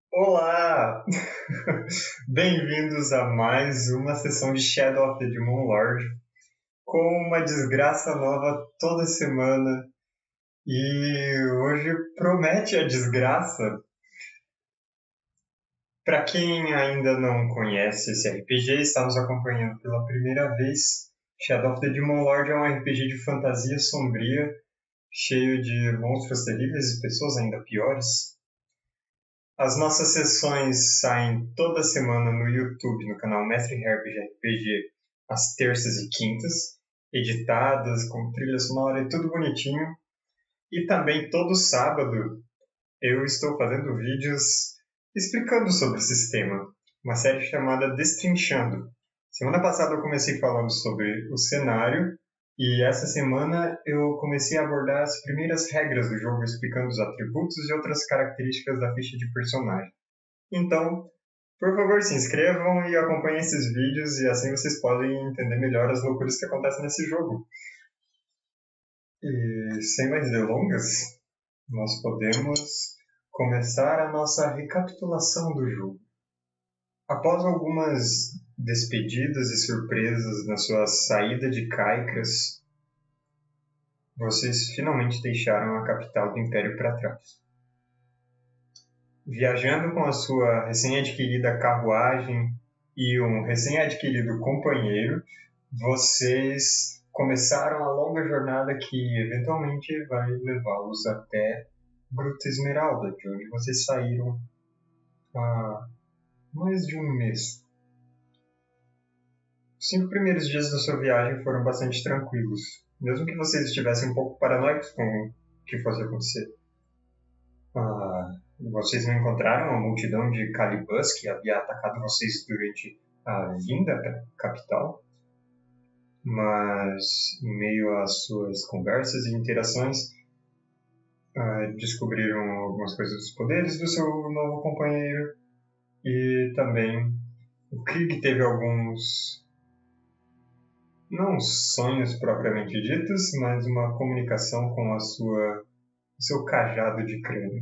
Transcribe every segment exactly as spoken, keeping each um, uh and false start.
Olá! Bem-vindos a mais uma sessão de Shadow of the Demon Lord, com uma desgraça nova toda semana. E hoje promete a desgraça. Para quem ainda não conhece esse R P G e está nos acompanhando pela primeira vez, Shadow of the Demon Lord é um R P G de fantasia sombria, cheio de monstros terríveis e pessoas ainda piores. As nossas sessões saem toda semana no YouTube, no canal Mestre Herbert R P G, às terças e quintas, editadas, com trilha sonora e tudo bonitinho. E também todo sábado eu estou fazendo vídeos explicando sobre o sistema, uma série chamada Destrinchando. Semana passada eu comecei falando sobre o cenário, e essa semana eu comecei a abordar as primeiras regras do jogo, explicando os atributos e outras características da ficha de personagem. Então, por favor, se inscrevam e acompanhem esses vídeos, e assim vocês podem entender melhor as loucuras que acontecem nesse jogo. E sem mais delongas, nós podemos começar a nossa recapitulação do jogo. Após algumas despedidas e surpresas na sua saída de Caicras, vocês finalmente deixaram a capital do Império para trás. Viajando com a sua recém-adquirida carruagem e um recém-adquirido companheiro, vocês começaram a longa jornada que eventualmente vai levá-los até Gruta Esmeralda, de onde vocês saíram há mais de um mês. Os cinco primeiros dias da sua viagem foram bastante tranquilos, mesmo que vocês estivessem um pouco paranoicos com o que fosse acontecer. Ah, vocês não encontraram a multidão de Calibus que havia atacado vocês durante a vinda para a capital, mas em meio às suas conversas e interações, ah, descobriram algumas coisas dos poderes do seu novo companheiro, e também o Krieg teve alguns, não sonhos propriamente ditos, mas uma comunicação com a sua, o seu cajado de crânio.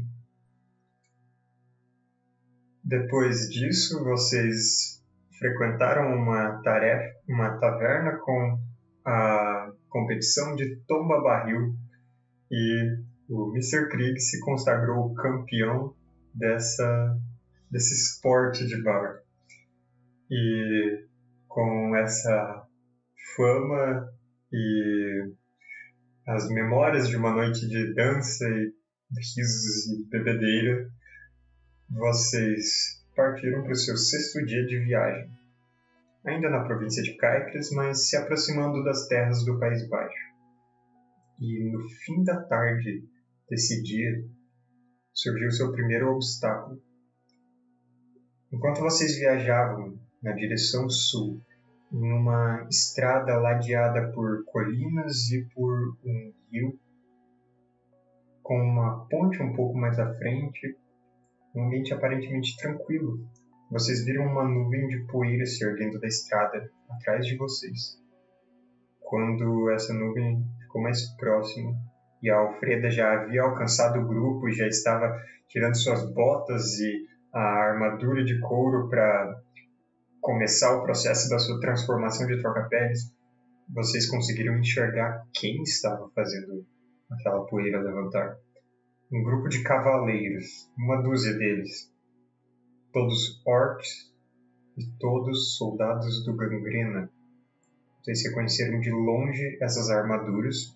Depois disso, vocês frequentaram uma tarefa, uma taverna com a competição de tomba barril, e o mister Krieg se consagrou campeão dessa, desse esporte de bar. E com essa fama e as memórias de uma noite de dança e risos e bebedeira, vocês partiram para o seu sexto dia de viagem, ainda na província de Caicras, mas se aproximando das terras do País Baixo. E no fim da tarde desse dia, surgiu seu primeiro obstáculo. Enquanto vocês viajavam na direção sul, em uma estrada ladeada por colinas e por um rio, com uma ponte um pouco mais à frente, um ambiente aparentemente tranquilo, vocês viram uma nuvem de poeira se erguendo da estrada atrás de vocês. Quando essa nuvem ficou mais próxima e a Alfreda já havia alcançado o grupo e já estava tirando suas botas e a armadura de couro para começar o processo da sua transformação de troca-peles, vocês conseguiram enxergar quem estava fazendo aquela poeira levantar. Um grupo de cavaleiros, uma dúzia deles, todos orcs e todos soldados do Gangrena. Vocês reconheceram de longe essas armaduras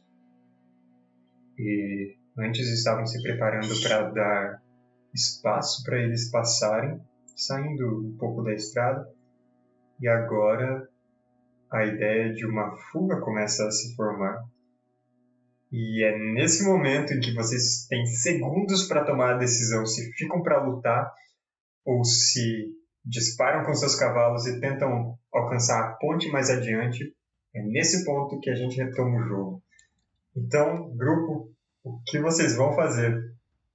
e antes estavam se preparando para dar espaço para eles passarem, saindo um pouco da estrada, e agora a ideia de uma fuga começa a se formar. E é nesse momento em que vocês têm segundos para tomar a decisão se ficam para lutar ou se disparam com seus cavalos e tentam alcançar a ponte mais adiante. É nesse ponto que a gente retoma o jogo. Então, grupo, o que vocês vão fazer?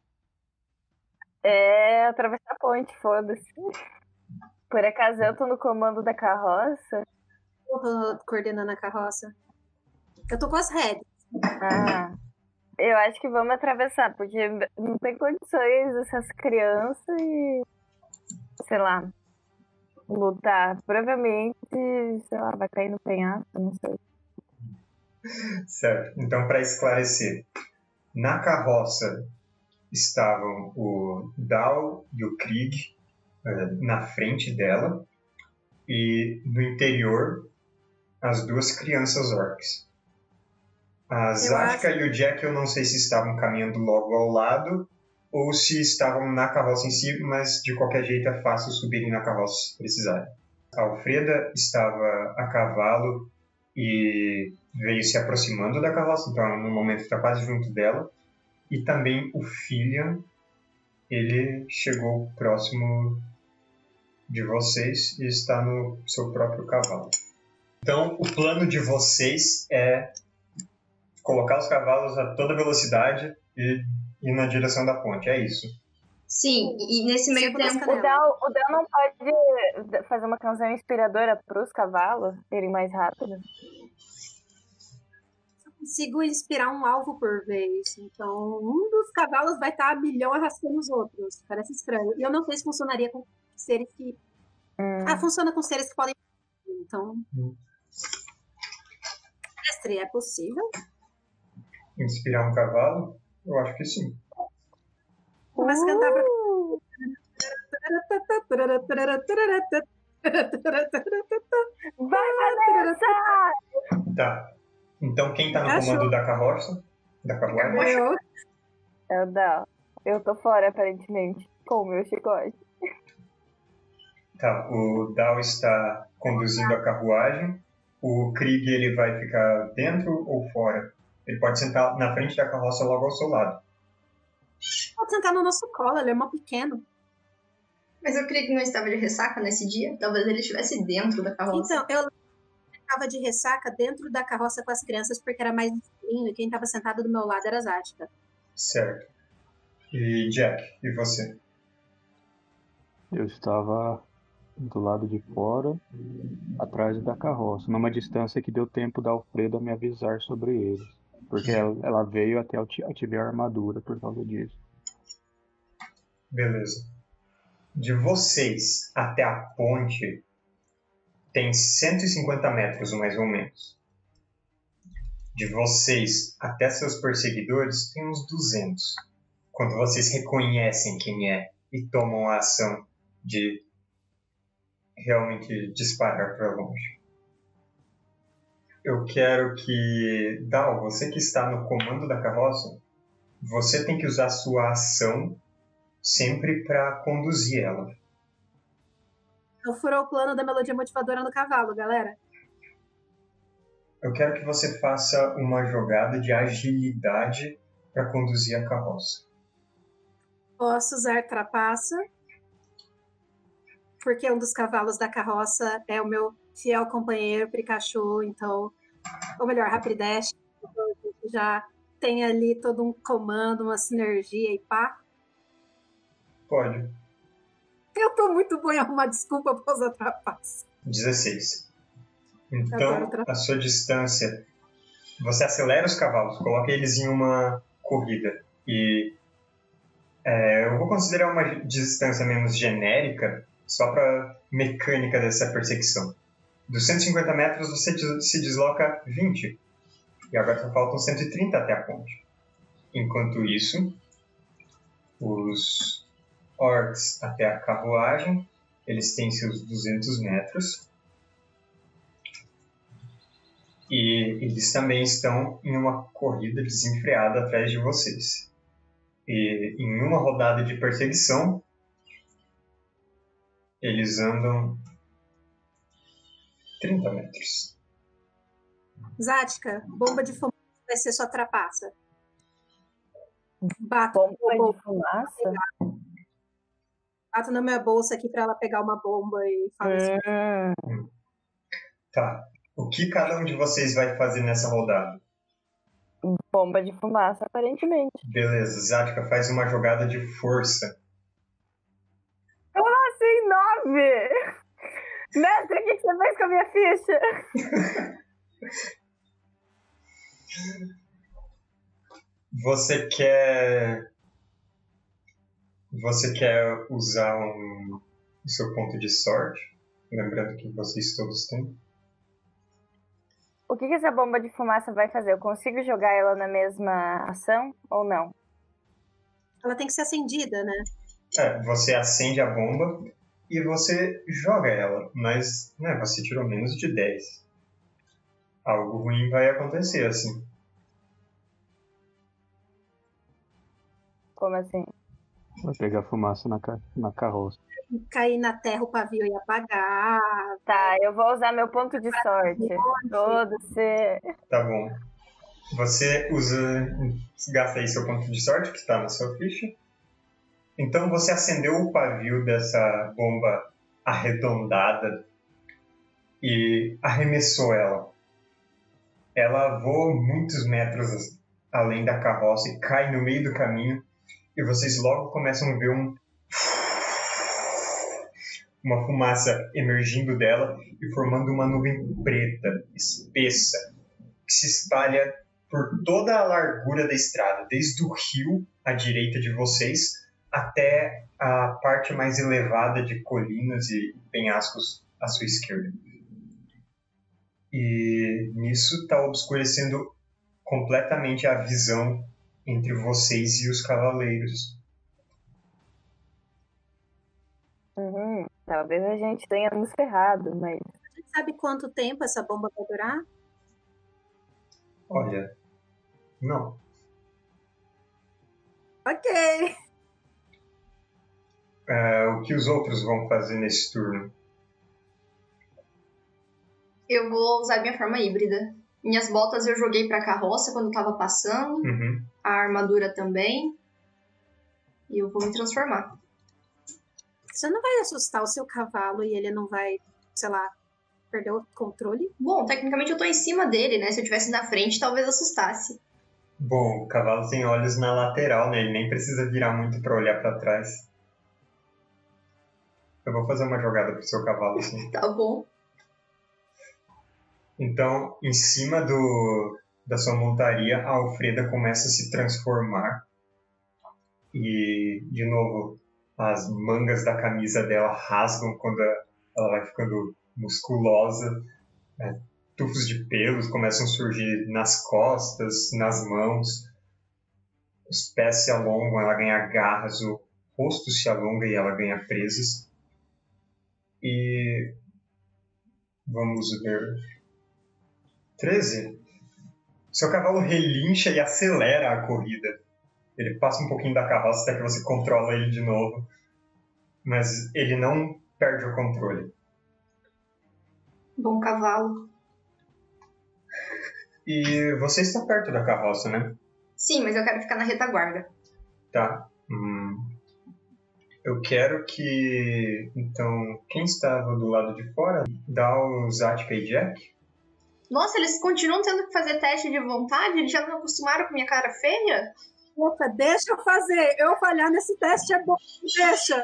É atravessar a ponte, foda-se. Por acaso eu tô no comando da carroça? Eu tô coordenando a carroça. Eu tô com as rédeas. Ah, eu acho que vamos atravessar, porque não tem condições essas crianças e sei lá, lutar. Provavelmente, sei lá, vai cair no penhasco, não sei. Certo. Então, para esclarecer, na carroça estavam o Dal e o Krieg uh, na frente dela e no interior as duas crianças orcs. A Zatka acho... e o Jack eu não sei se estavam caminhando logo ao lado ou se estavam na carroça em si, mas de qualquer jeito é fácil subirem na carroça se precisarem. A Alfreda estava a cavalo e veio se aproximando da carroça, então no momento está quase junto dela. E também o Filian, ele chegou próximo de vocês e está no seu próprio cavalo. Então, o plano de vocês é colocar os cavalos a toda velocidade e ir na direção da ponte, é isso? Sim, e nesse meio tempo... O Del, o Del não pode fazer uma canção inspiradora para os cavalos irem mais rápido? Consigo inspirar um alvo por vez. Então, um dos cavalos vai estar a milhão arrastando os outros. Parece estranho. E eu não sei se funcionaria com seres que... Hum. Ah, funciona com seres que podem... Então... Hum. Mestre, é possível? Inspirar um cavalo? Eu acho que sim. Começa a cantar pra... Vai, Vanessa! Tá. Então, quem tá no Achou. comando da carroça? Da carruagem? Eu. É o Dal. Eu tô fora, aparentemente, com o meu chicote. Tá, o Dal está conduzindo a carruagem. O Krieg, ele vai ficar dentro ou fora? Ele pode sentar na frente da carroça logo ao seu lado. Pode sentar no nosso colo, ele é mó pequeno. Mas o Krieg não estava de ressaca nesse dia? Talvez ele estivesse dentro da carroça. Então, eu estava de ressaca dentro da carroça com as crianças porque era mais escurinho e quem estava sentado do meu lado era a Zatka. Certo. E Jack, e você? Eu estava do lado de fora, atrás da carroça, numa distância que deu tempo da Alfreda me avisar sobre eles. Porque ela, ela veio até ativar a armadura por causa disso. Beleza. De vocês até a ponte tem cento e cinquenta metros, mais ou menos. De vocês até seus perseguidores tem uns duzentos. Quando vocês reconhecem quem é e tomam a ação de realmente disparar para longe. Eu quero que, Dal, você que está no comando da carroça, você tem que usar sua ação sempre para conduzir ela. Eu furou o plano da melodia motivadora no cavalo, galera. Eu quero que você faça uma jogada de agilidade para conduzir a carroça. Posso usar trapaça, porque um dos cavalos da carroça é o meu fiel companheiro Pikachu, então, ou melhor, Rapidash, já tem ali todo um comando, uma sinergia e pá. Pode. Eu tô muito bom em arrumar desculpa pra usar trapaça. dezesseis. Então, a sua distância, você acelera os cavalos, coloca eles em uma corrida e é, eu vou considerar uma distância menos genérica só para mecânica dessa perseguição. Dos cento e cinquenta metros você se desloca vinte e agora só faltam cento e trinta até a ponte. Enquanto isso, os orcs até a carruagem, eles têm seus duzentos metros. E eles também estão em uma corrida desenfreada atrás de vocês. E em uma rodada de perseguição, eles andam trinta metros. Zatka, bomba de fumaça vai ser sua trapaça. Bato, bomba de fumaça? Bato na minha bolsa aqui pra ela pegar uma bomba e fala hum. assim. Tá. O que cada um de vocês vai fazer nessa rodada? Bomba de fumaça, aparentemente. Beleza, Zatka, faz uma jogada de força. Eu lancei nove! Mestre, o que você fez com a minha ficha? Você quer... Você quer usar um o seu ponto de sorte. Lembrando que vocês todos têm. O que, que essa bomba de fumaça vai fazer? Eu consigo jogar ela na mesma ação ou não? Ela tem que ser acendida, né? É, você acende a bomba e você joga ela, mas né, você tirou menos de dez. Algo ruim vai acontecer assim. Como assim? Vai pegar fumaça na, ca- na carroça. Cair na terra, o pavio ia apagar. Tá, eu vou usar meu ponto de sorte. Todo ser. Tá bom. Você usa. Gasta aí seu ponto de sorte, que está na sua ficha. Então você acendeu o pavio dessa bomba arredondada e arremessou ela. Ela voa muitos metros além da carroça e cai no meio do caminho. E vocês logo começam a ver um. Uma fumaça emergindo dela e formando uma nuvem preta, espessa, que se espalha por toda a largura da estrada, desde o rio à direita de vocês até a parte mais elevada de colinas e penhascos à sua esquerda. E nisso está obscurecendo completamente a visão entre vocês e os cavaleiros. Uhum. Talvez a gente tenha nos ferrado, mas. A gente sabe quanto tempo essa bomba vai durar? Olha, não. Ok. É, o que os outros vão fazer nesse turno? Eu vou usar minha forma híbrida. Minhas botas eu joguei pra carroça quando tava passando. Uhum. A armadura também. E eu vou me transformar. Você não vai assustar o seu cavalo e ele não vai, sei lá, perder o controle? Bom, tecnicamente eu tô em cima dele, né? Se eu tivesse na frente, talvez assustasse. Bom, o cavalo tem olhos na lateral, né? Ele nem precisa virar muito para olhar para trás. Eu vou fazer uma jogada pro seu cavalo, assim. Tá bom. Então, em cima do, da sua montaria, a Alfreda começa a se transformar. E, de novo, as mangas da camisa dela rasgam quando ela vai ficando musculosa. Né? Tufos de pelos começam a surgir nas costas, nas mãos. Os pés se alongam, ela ganha garras, o rosto se alonga e ela ganha presas. E vamos ver. treze. Seu cavalo relincha e acelera a corrida. Ele passa um pouquinho da carroça até que você controla ele de novo. Mas ele não perde o controle. Bom cavalo. E você está perto da carroça, né? Sim, mas eu quero ficar na retaguarda. Tá. Hum. Eu quero que... Então, quem estava do lado de fora, dá o Zatka e Jack. Nossa, eles continuam tendo que fazer teste de vontade? Eles já não acostumaram com minha cara feia? Opa, deixa eu fazer. Eu falhar nesse teste é bom. Deixa.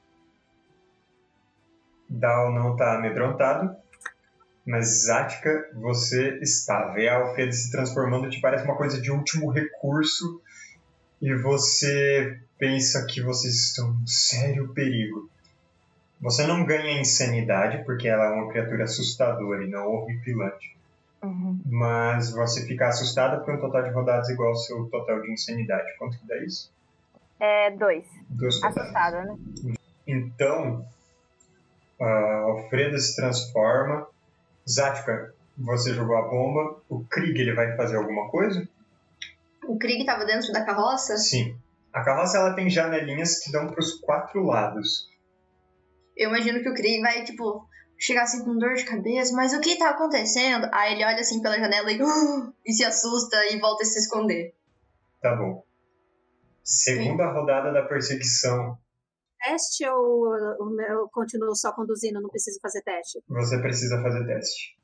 Dal não está amedrontado, mas Zatka, você está. Vê a Alfreda se transformando, te parece uma coisa de último recurso e você pensa que vocês estão em sério perigo. Você não ganha insanidade, porque ela é uma criatura assustadora e não horripilante. Uhum. Mas você fica assustada por um total de rodadas igual ao seu total de insanidade. Quanto que dá isso? É dois. Duas rodadas. Assustada, né? Então, a Alfreda se transforma. Zatka, você jogou a bomba. O Krieg, ele vai fazer alguma coisa? O Krieg tava dentro da carroça? Sim. A carroça ela tem janelinhas que dão para os quatro lados. Eu imagino que o Krieg vai, tipo, chegar assim com dor de cabeça. Mas o que tá acontecendo? Aí ele olha assim pela janela e, uh, e se assusta e volta a se esconder. Tá bom. Segunda rodada da perseguição. Teste ou eu continuo só conduzindo, não preciso fazer teste? Você precisa fazer teste.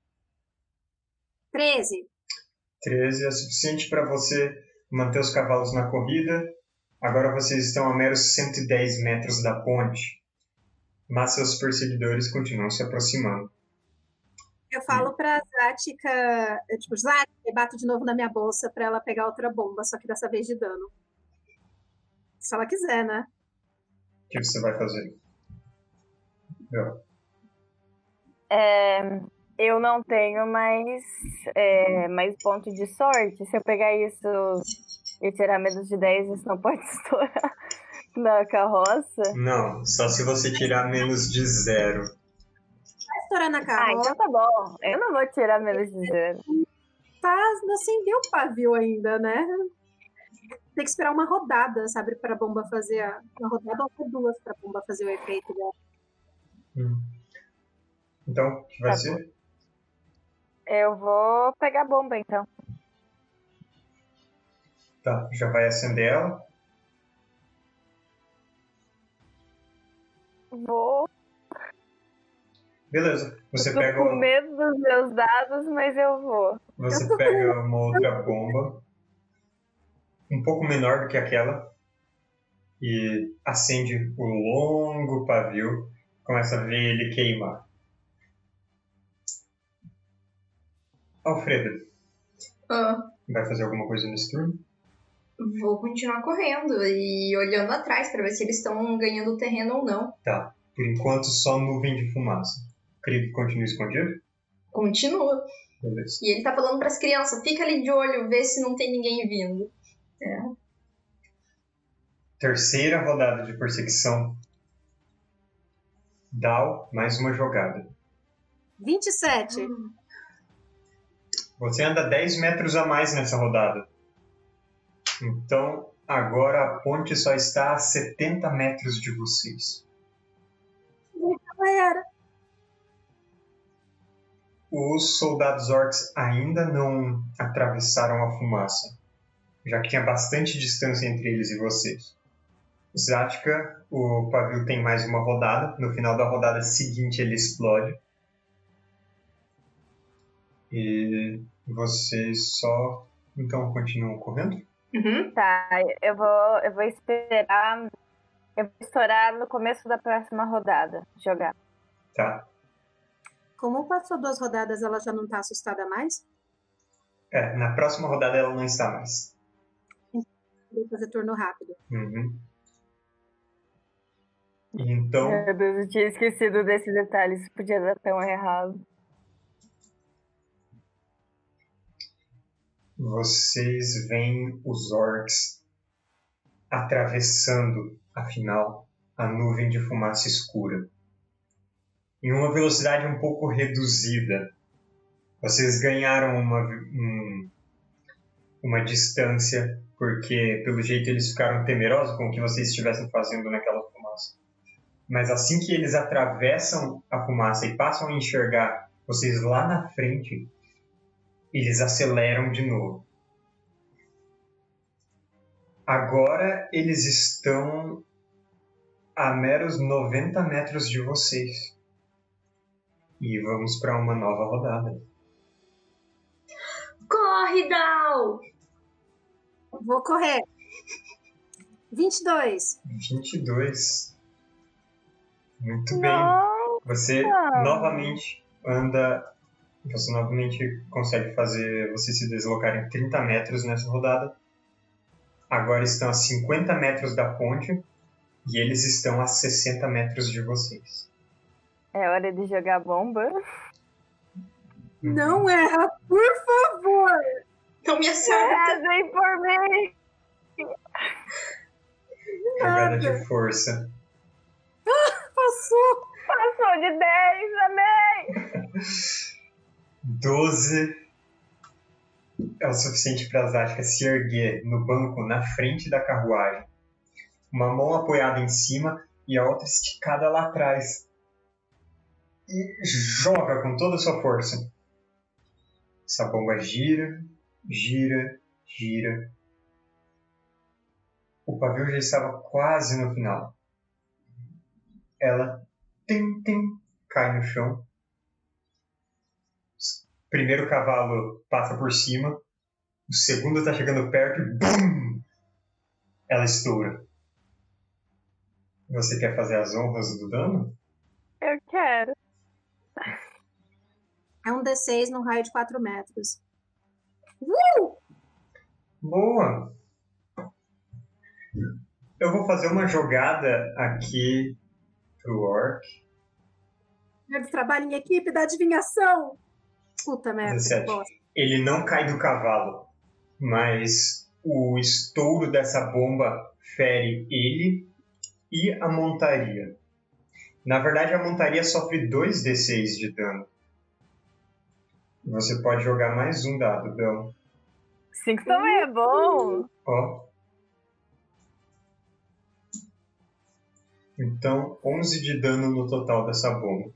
treze. treze é suficiente para você manter os cavalos na corrida. Agora vocês estão a meros cento e dez metros da ponte. Mas seus perseguidores continuam se aproximando. Eu falo pra Zatka, eu, tipo, Zatka, eu bato de novo na minha bolsa pra ela pegar outra bomba, só que dessa vez de dano. Se ela quiser, né? O que você vai fazer? Não. É, eu não tenho mais, é, mais ponto de sorte. Se eu pegar isso e tirar menos de dez, isso não pode estourar na carroça? Não, só se você tirar menos de zero. Vai estourar na Ah, carroça. então tá bom. Eu não vou tirar menos de zero. Tá, não acendeu o pavio ainda, né? Tem que esperar uma rodada, sabe, para a bomba fazer a... uma rodada ou até duas para a bomba fazer o efeito dela. Hum. Então, o que vai Tá ser? Eu vou pegar a bomba, então. Tá, já vai acender ela. Vou. Beleza, você Tô pega, com uma, medo dos meus dados, mas eu vou. você pega uma outra bomba, um pouco menor do que aquela, e acende o longo pavio, começa a ver ele queimar. Alfredo, Ah, vai fazer alguma coisa nesse turno? vou continuar correndo e olhando atrás pra ver se eles estão ganhando terreno ou não. Tá, por enquanto só nuvem de fumaça. Creio que continue escondido? Continua. Beleza. E ele tá falando pras crianças, fica ali de olho, vê se não tem ninguém vindo. É. Terceira rodada de perseguição. Dal, mais uma jogada. vinte e sete. Você anda dez metros a mais nessa rodada. Então, agora a ponte só está a setenta metros de vocês. Galera, Os soldados orcs ainda não atravessaram a fumaça, já que tinha bastante distância entre eles e vocês. Zática, o pavio tem mais uma rodada. No final da rodada seguinte ele explode. E vocês só então continuam correndo? Uhum. Tá, eu vou, eu vou esperar. Eu vou estourar no começo da próxima rodada. Jogar. Tá. como passou duas rodadas, ela já não tá assustada mais? É, na próxima rodada ela não está mais. Vou fazer turno rápido. Uhum. Então, Meu Deus, eu tinha esquecido desse detalhe. Isso podia dar tão errado. vocês veem os orcs atravessando, afinal, a nuvem de fumaça escura. Em uma velocidade um pouco reduzida. Vocês ganharam uma, um, uma distância, porque pelo jeito eles ficaram temerosos com o que vocês estivessem fazendo naquela fumaça. Mas assim que eles atravessam a fumaça e passam a enxergar vocês lá na frente, eles aceleram de novo. Agora eles estão a meros noventa metros de vocês. E vamos para uma nova rodada. Corre, Dal! Vou correr. vinte e dois. vinte e dois. Muito bem. Não! Você novamente anda... Você novamente consegue fazer você se deslocar em trinta metros nessa rodada. Agora estão a cinquenta metros da ponte e eles estão a sessenta metros de vocês. É hora de jogar bomba. Não erra, por favor! Não me acerta. Rezem por mim! Jogada Nada. de força. Passou! Passou de dez, amém! doze é o suficiente para a Zática se erguer no banco na frente da carruagem. Uma mão apoiada em cima e a outra esticada lá atrás. E joga com toda a sua força. Essa bomba gira, gira, gira. O pavio já estava quase no final. Ela tim, tim, cai no chão. O primeiro cavalo passa por cima. O segundo está chegando perto e BUM! Ela estoura. Você quer fazer as honras do dano? Eu quero. É um D seis num raio de quatro metros. Uh! Boa! Eu vou fazer uma jogada aqui pro Orc. do trabalho em equipe da adivinhação. Puta merda. dezessete. Ele não cai do cavalo, mas o estouro dessa bomba fere ele e a montaria. Na verdade, a montaria sofre dois D seis de dano. Você pode jogar mais um dado, Bel. Cinco também é bom. Ó. Então, onze de dano no total dessa bomba.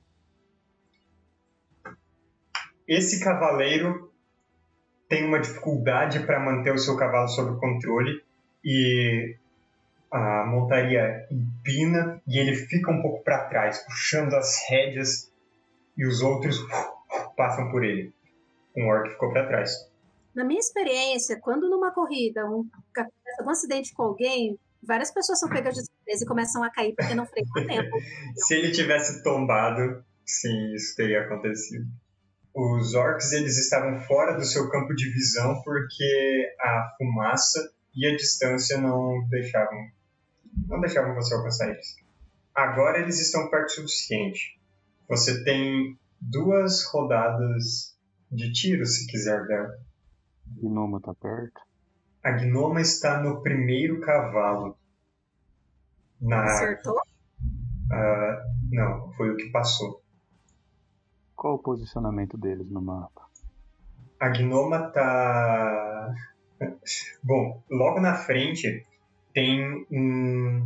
Esse cavaleiro tem uma dificuldade para manter o seu cavalo sob controle e a montaria empina e ele fica um pouco para trás, puxando as rédeas e os outros passam por ele. Um orc ficou para trás. Na minha experiência, quando numa corrida um, acontece algum acidente com alguém, várias pessoas são pegas de surpresa e começam a cair porque não freiam a tempo. Se ele tivesse tombado, sim, isso teria acontecido. Os orcs eles estavam fora do seu campo de visão porque a fumaça e a distância não deixavam, não deixavam você alcançar eles. Agora eles estão perto o suficiente. Você tem duas rodadas de tiro, se quiser ver. A Gnoma tá perto. A Gnoma está no primeiro cavalo. Na... Acertou? Uh, não, foi o que passou. Qual o posicionamento deles no mapa? A Gnoma tá... Bom, logo na frente tem um...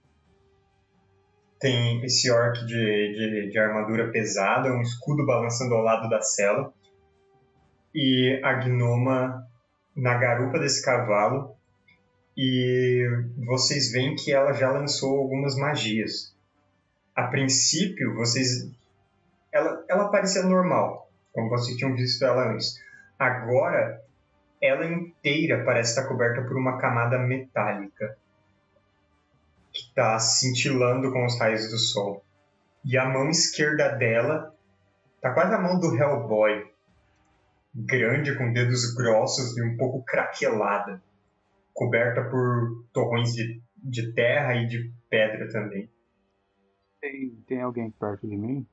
Tem esse orc de, de, de armadura pesada, um escudo balançando ao lado da cela. E a Gnoma na garupa desse cavalo. E vocês veem que ela já lançou algumas magias. A princípio, vocês... Ela, ela parecia normal, como vocês tinham visto ela antes. Agora, ela inteira parece estar coberta por uma camada metálica que está cintilando com os raios do sol. E a mão esquerda dela está quase a mão do Hellboy, grande, com dedos grossos e um pouco craquelada, coberta por torrões de, de terra e de pedra também. Tem, tem alguém perto de mim?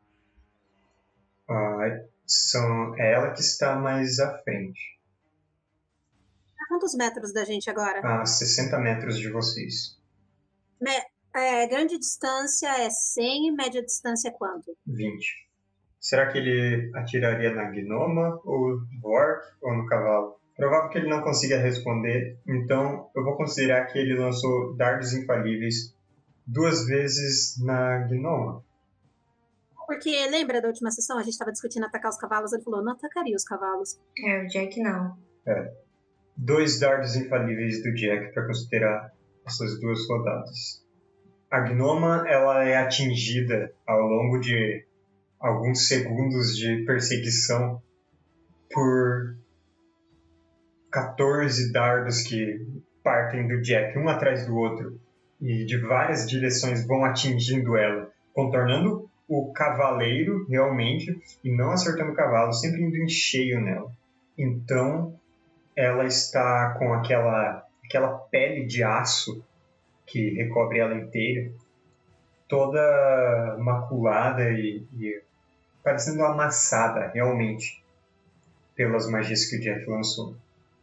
Ah, são, é ela que está mais à frente. A quantos metros da gente agora? A sessenta metros de vocês. Me, é, grande distância é cem e média distância é quanto? vinte. Será que ele atiraria na Gnoma, ou no orc, ou no cavalo? Provável que ele não consiga responder, então eu vou considerar que ele lançou dardos infalíveis duas vezes na Gnoma. Porque lembra da última sessão, a gente estava discutindo atacar os cavalos, ele falou, não atacaria os cavalos. É, o Jack não. É. Dois dardos infalíveis do Jack para considerar essas duas rodadas. A Gnoma, ela é atingida ao longo de alguns segundos de perseguição por quatorze dardos que partem do Jack, um atrás do outro, e de várias direções vão atingindo ela, contornando o cavaleiro realmente e não acertando o cavalo, sempre indo em cheio nela. Então ela está com aquela, aquela pele de aço que recobre ela inteira, toda maculada e, e parecendo amassada realmente pelas magias que o Jack lançou.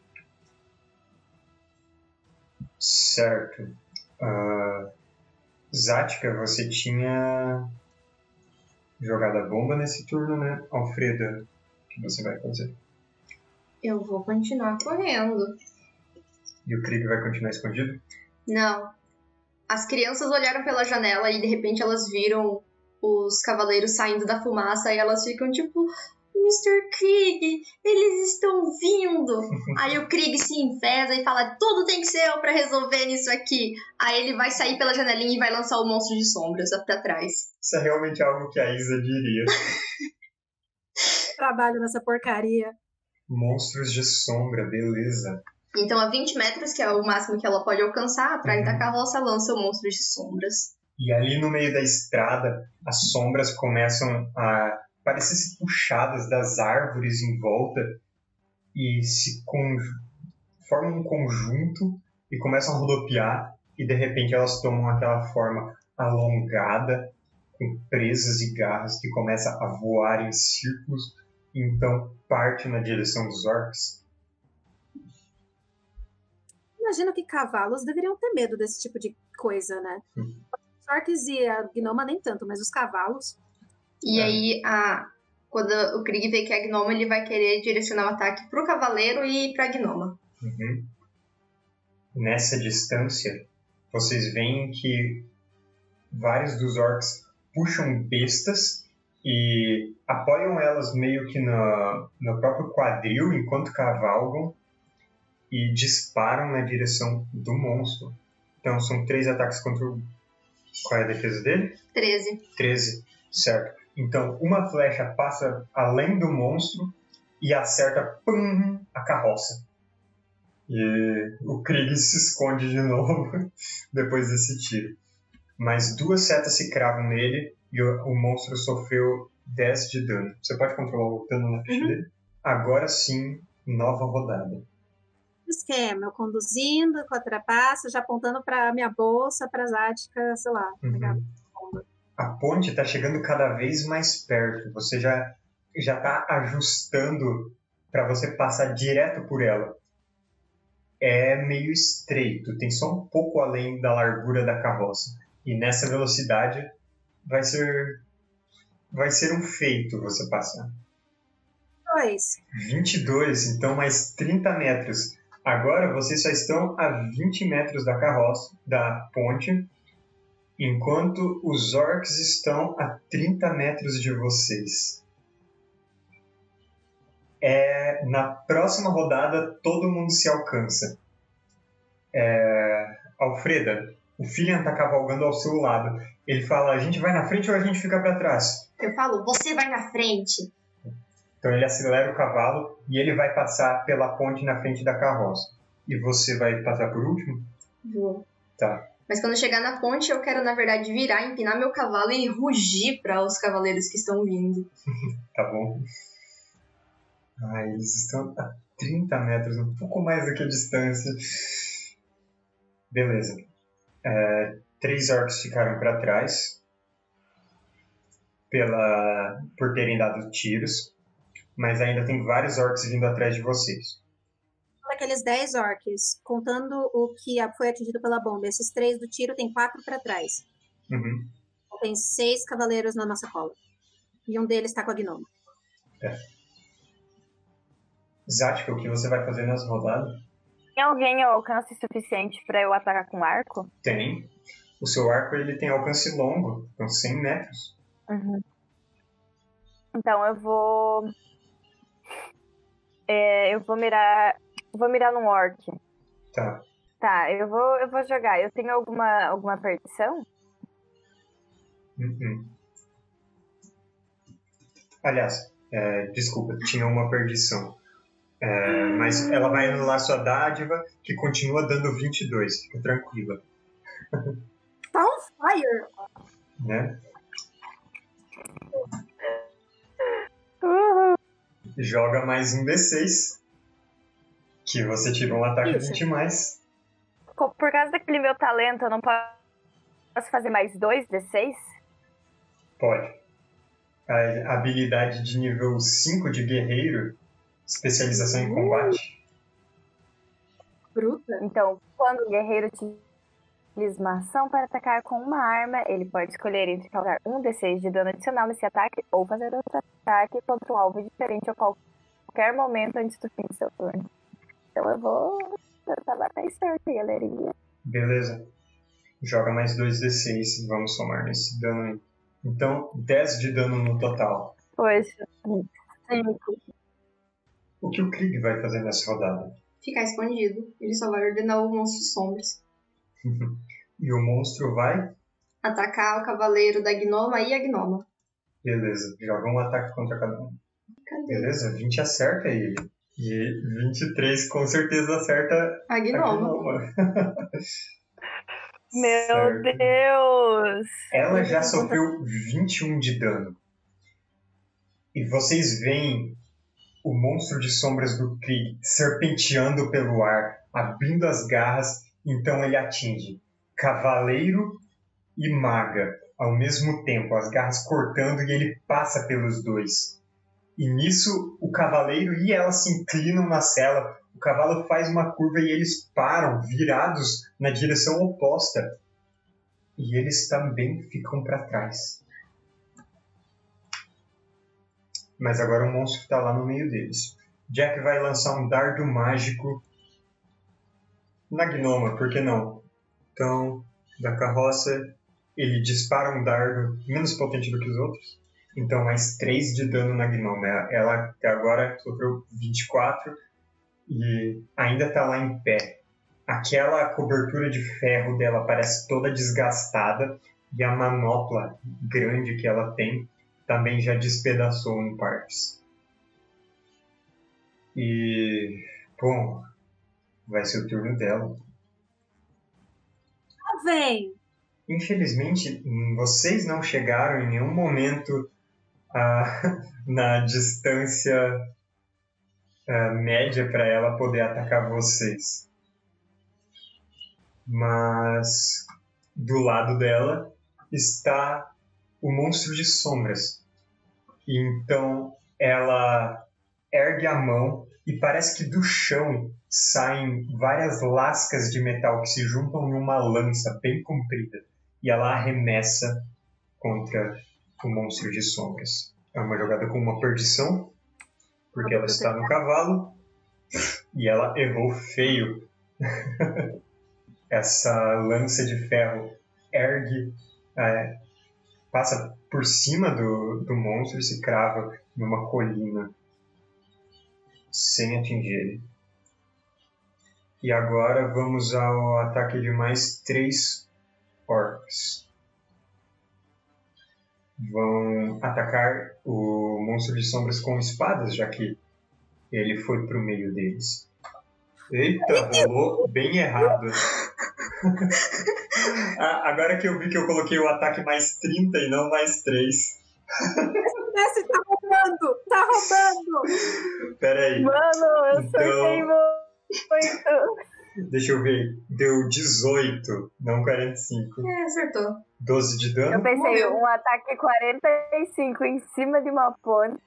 Certo. Uh, Zática, você tinha jogado a bomba nesse turno, né? Alfreda, o que você vai fazer? Eu vou continuar correndo. E o Krieg vai continuar escondido? Não. As crianças olharam pela janela e de repente elas viram os cavaleiros saindo da fumaça e elas ficam tipo, mister Krieg, eles estão vindo. Aí o Krieg se enfesa e fala, tudo tem que ser eu pra resolver nisso aqui. Aí ele vai sair pela janelinha e vai lançar o monstro de sombras pra trás. Isso é realmente algo que a Isa diria. Trabalho nessa porcaria. Monstros de sombra, beleza. Então a vinte metros, que é o máximo que ela pode alcançar, atrás uhum. da carroça lança o monstro de sombras. E ali no meio da estrada, as sombras começam a parecer se puxadas das árvores em volta e se conj... formam um conjunto e começam a rodopiar e de repente elas tomam aquela forma alongada, com presas e garras que começa a voar em círculos e então parte na direção dos orcs. Imagino que cavalos deveriam ter medo desse tipo de coisa, né? Hum. Os orcs e a gnoma nem tanto, mas os cavalos... E É. aí, a, quando o Krieg vê que é a gnoma, ele vai querer direcionar o ataque pro cavaleiro e pra gnoma. Uhum. Nessa distância, vocês veem que vários dos orcs puxam bestas e apoiam elas meio que no, no próprio quadril enquanto cavalgam e disparam na direção do monstro. Então são três ataques contra o... Qual é a defesa dele? treze. treze, certo. Então uma flecha passa além do monstro e acerta pum, a carroça. E o Krieg se esconde de novo depois desse tiro. Mas duas setas se cravam nele e o, o monstro sofreu dez de dano. Você pode controlar o dano na ficha Uhum. dele? Agora sim, nova rodada. Esquema, eu conduzindo com a trapaça, já apontando pra minha bolsa, pra Zática, sei lá. Uhum. pegar- A ponte está chegando cada vez mais perto. Você já já está ajustando para você passar direto por ela. É meio estreito, tem só um pouco além da largura da carroça. E nessa velocidade vai ser vai ser um feito você passar. Dois. vinte e dois, então mais trinta metros. Agora vocês só estão a vinte metros da carroça, da ponte, enquanto os orcs estão a trinta metros de vocês. É, na próxima rodada, todo mundo se alcança. É, Alfreda, o Filian está cavalgando ao seu lado. Ele fala, a gente vai na frente ou a gente fica para trás? Eu falo, você vai na frente. Então ele acelera o cavalo e ele vai passar pela ponte na frente da carroça. E você vai passar por último? Vou. Tá. Mas quando chegar na ponte, eu quero, na verdade, virar, empinar meu cavalo e rugir para os cavaleiros que estão vindo. Tá bom. Ah, eles estão a trinta metros, um pouco mais do que a distância. Beleza. É, três orcs ficaram para trás pela, por terem dado tiros, mas ainda tem vários orcs vindo atrás de vocês. Daqueles dez orcs, contando o que a- foi atingido pela bomba, esses três do tiro tem quatro pra trás. Uhum. Tem seis cavaleiros na nossa cola. E um deles tá com a gnoma. Zatka, o que você vai fazer nessa rodada? Tem alguém ao alcance suficiente pra eu atacar com arco? Tem. O seu arco ele tem alcance longo, então cem metros. Uhum. Então eu vou. É, eu vou mirar. Vou mirar num orc. Tá. Tá, eu vou, eu vou jogar. Eu tenho alguma, alguma perdição? Uhum. Aliás, é, desculpa, tinha uma perdição. É, mas ela vai anular sua dádiva, que continua dando vinte e dois. Fica tranquila. Tá on fire! Né? Uhul. Joga mais um D seis. Que você tirou um ataque Isso. vinte mais. Co- Por causa daquele meu talento, eu não posso fazer mais dois D seis? Pode. A habilidade de nível cinco de guerreiro, especialização em combate. Bruta. Então, quando o guerreiro utiliza uma ação para atacar com uma arma, ele pode escolher entre causar um D seis de dano adicional nesse ataque ou fazer outro ataque contra um alvo diferente a qualquer momento antes do fim do seu turno. Então eu vou tentar bater certo, galerinha. Beleza. Joga mais dois D seis. Vamos somar nesse dano aí. Então, dez de dano no total. Poxa, cinco. O que o Krieg vai fazer nessa rodada? Ficar escondido. Ele só vai ordenar o monstro sombras. E o monstro vai? Atacar o cavaleiro da gnoma e a gnoma. Beleza. Joga um ataque contra cada um. Cadê? Beleza, vinte acerta ele. E vinte e três com certeza acerta A a gnoma. gnoma. Meu Certo. Deus! Ela já sofreu vinte e um de dano. E vocês veem o monstro de sombras do Krieg serpenteando pelo ar, abrindo as garras, então ele atinge cavaleiro e maga. ao mesmo tempo, as garras cortando, e ele passa pelos dois. E nisso, o cavaleiro e ela se inclinam na sela, o cavalo faz uma curva e eles param, virados na direção oposta. E eles também ficam para trás. Mas agora o monstro está lá no meio deles. Jack vai lançar um dardo mágico na gnoma, por que não? Então, da carroça, ele dispara um dardo menos potente do que os outros. Então, mais três de dano na gnoma. Ela até agora sofreu vinte e quatro e ainda está lá em pé. Aquela cobertura de ferro dela parece toda desgastada e a manopla grande que ela tem também já despedaçou em partes. E, bom, vai ser o turno dela. Ah, vem! Infelizmente, vocês não chegaram em nenhum momento ah, na distância ah, média para ela poder atacar vocês. Mas do lado dela está o monstro de sombras. Então ela ergue a mão e parece que do chão saem várias lascas de metal que se juntam em uma lança bem comprida. E ela arremessa contra o monstro de sombras. É uma jogada com uma perdição, porque ela está no cavalo e ela errou feio. Essa lança de ferro ergue, é, passa por cima do, do monstro e se crava numa colina sem atingir ele. E agora vamos ao ataque de mais três orcs. Vão atacar o monstro de sombras com espadas, já que ele foi pro meio deles. Eita, rolou bem errado. Ah, agora que eu vi que eu coloquei o ataque mais trinta e não mais três. Esse tá roubando! Tá roubando! Pera aí. Mano, eu Então- sortei muito. Deixa eu ver. Deu dezoito, não quarenta e cinco. É, acertou. doze de dano. Eu pensei, Morreu. um ataque quarenta e cinco em cima de uma ponte.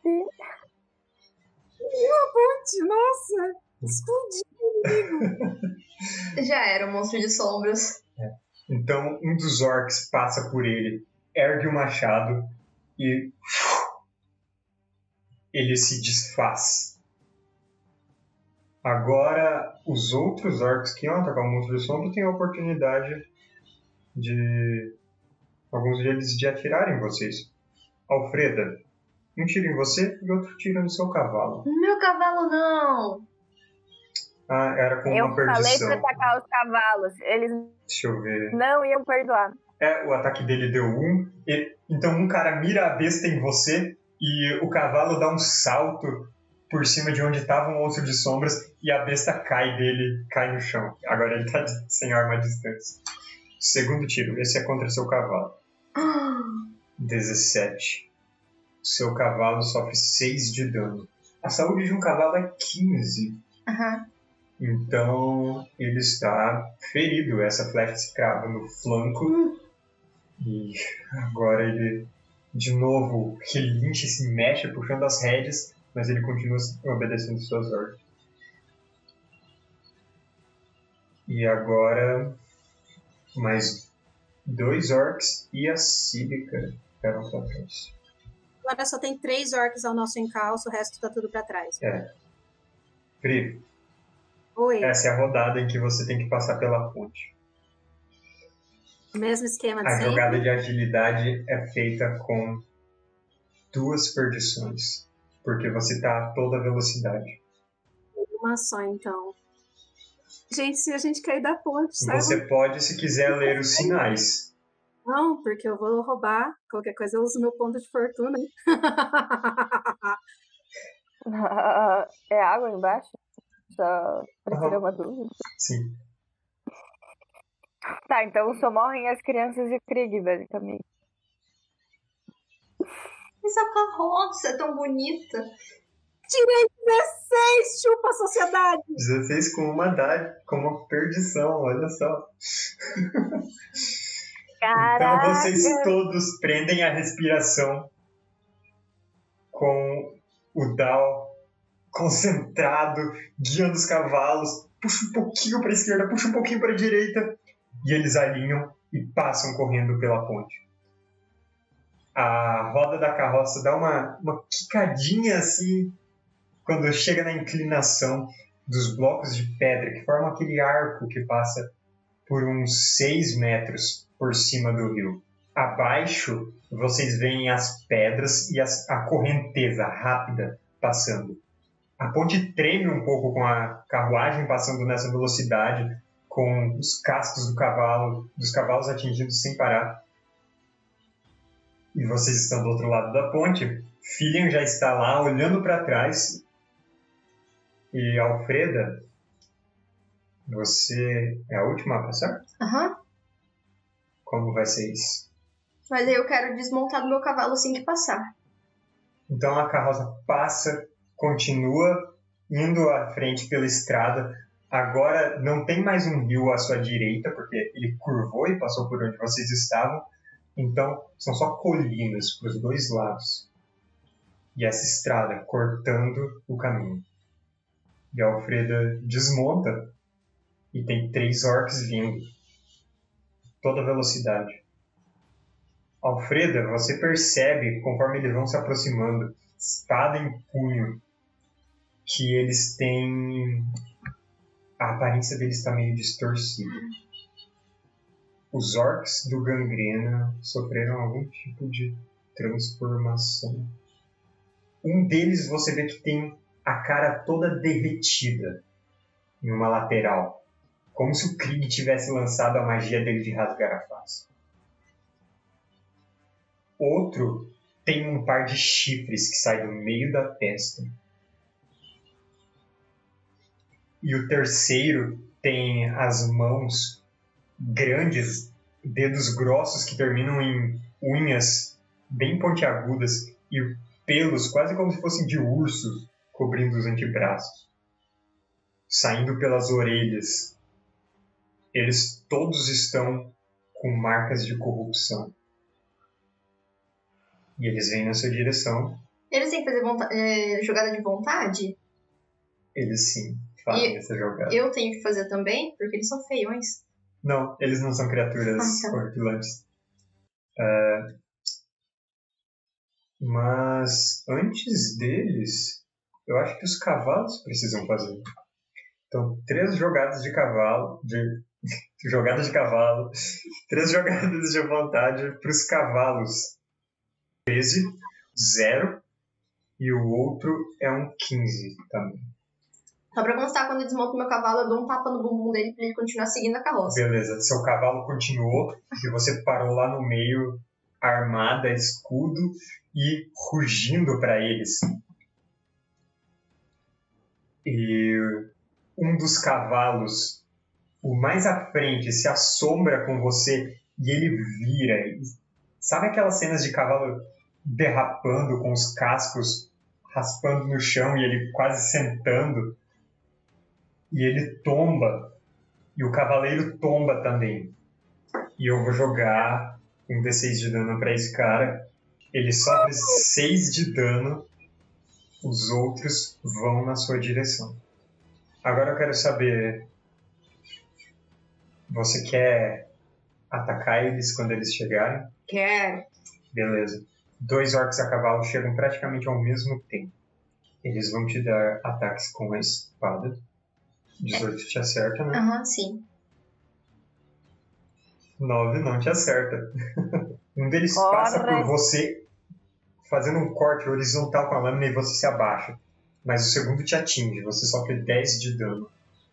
Uma ponte, nossa! Explodiu! Já era o monstro de sombras. Então um dos orcs passa por ele, ergue o machado e ele se desfaz. Agora os outros orcs que iam atacar o monstro de sombra têm a oportunidade de alguns deles de atirar em vocês. Alfreda, um tiro em você e outro tiro no seu cavalo. Meu cavalo não! Ah, era com Eu uma falei perdição. pra atacar os cavalos. Eles Deixa eu ver. não iam perdoar. É, o ataque dele deu um. E, então um cara mira a besta em você e o cavalo dá um salto por cima de onde estava um monstro de sombras e a besta cai dele, cai no chão. Agora ele tá de- sem arma à distância. Segundo tiro, esse é contra seu cavalo. dezessete. Seu cavalo sofre seis de dano. A saúde de um cavalo é quinze. Aham. Então ele está ferido. Essa flecha se crava no flanco. E agora ele de novo relincha, se mexe, puxando as rédeas, mas ele continua obedecendo suas ordens. E agora mais dois orcs e a Cívica ficaram pra trás. Agora só tem três orcs ao nosso encalço, o resto tá tudo pra trás. Pri, Oi, essa é a rodada em que você tem que passar pela ponte. mesmo esquema de A sempre. jogada de agilidade é feita com duas perdições, porque você está a toda velocidade. Uma só, então. Gente, se a gente cair da ponte, sabe? Você pode, se quiser, ler os sinais. Não, porque eu vou roubar. Qualquer coisa eu uso meu ponto de fortuna. É água embaixo? Só pra tirar Aham. uma dúvida. Sim. Tá, então só morrem as crianças de Krieg, basicamente. Essa carroça é tão bonita. Tirei dezesseis, chupa a sociedade! dezesseis com uma dá, com uma perdição, olha só. Então vocês todos prendem a respiração com o Dal concentrado, guiando os cavalos, puxa um pouquinho para a esquerda, puxa um pouquinho para a direita, e eles alinham e passam correndo pela ponte. A roda da carroça dá uma, uma quicadinha assim, quando chega na inclinação dos blocos de pedra, que formam aquele arco que passa por uns seis metros por cima do rio. Abaixo, vocês veem as pedras e as, a correnteza rápida passando. A ponte treme um pouco com a carruagem passando nessa velocidade, com os cascos do cavalo, dos cavalos atingindo sem parar. E vocês estão do outro lado da ponte. Filian já está lá, olhando para trás. E Alfreda, você é a última a passar? Aham. Uhum. Como vai ser isso? Mas aí eu quero desmontar do meu cavalo assim que passar. Então a carroça passa, continua indo à frente pela estrada. Agora não tem mais um rio à sua direita, porque ele curvou e passou por onde vocês estavam. Então são só colinas para os dois lados. E essa estrada cortando o caminho. E a Alfreda desmonta e tem três orcs vindo. Toda velocidade. Alfreda, você percebe, conforme eles vão se aproximando, espada em punho, que eles têm... A aparência deles está meio distorcida. Os orcs do Gangrena sofreram algum tipo de transformação. Um deles você vê que tem a cara toda derretida em uma lateral. Como se o Krieg tivesse lançado a magia dele de rasgar a face. Outro tem um par de chifres que sai do meio da testa. E o terceiro tem as mãos grandes, dedos grossos que terminam em unhas bem pontiagudas e pelos quase como se fossem de urso cobrindo os antebraços, saindo pelas orelhas. Eles todos estão com marcas de corrupção. E eles vêm na sua direção. Eles têm que fazer vonta- é, jogada de vontade? Eles sim fazem E essa jogada. Eu tenho que fazer também? Porque eles são feiões. Não, eles não são criaturas Ah, tá. horripilantes. Uh, mas antes deles, eu acho que os cavalos precisam fazer. Então, três jogadas de cavalo, de jogadas de cavalo, três jogadas de vontade para os cavalos. treze, zero, e o outro é um quinze também. Só pra constar, quando eu desmonto meu cavalo, eu dou um tapa no bumbum dele pra ele continuar seguindo a carroça. Beleza, seu cavalo continuou e você parou lá no meio, armada, escudo e rugindo para eles. E um dos cavalos, o mais à frente, se assombra com você e ele vira. Sabe aquelas cenas de cavalo derrapando com os cascos raspando no chão e ele quase sentando? E ele tomba. E o cavaleiro tomba também. E eu vou jogar um D seis de dano para esse cara. Ele sofre seis de dano. Os outros vão na sua direção. Agora eu quero saber... Você quer atacar eles quando eles chegarem? Quero. Beleza. Dois orcs a cavalo chegam praticamente ao mesmo tempo. Eles vão te dar ataques com a espada. dezoito te acerta, né? Aham, uhum, sim. nove não te acerta. Um deles Corre. passa por você, fazendo um corte horizontal com a lâmina e você se abaixa. Mas o segundo te atinge. Você sofre dez de dano.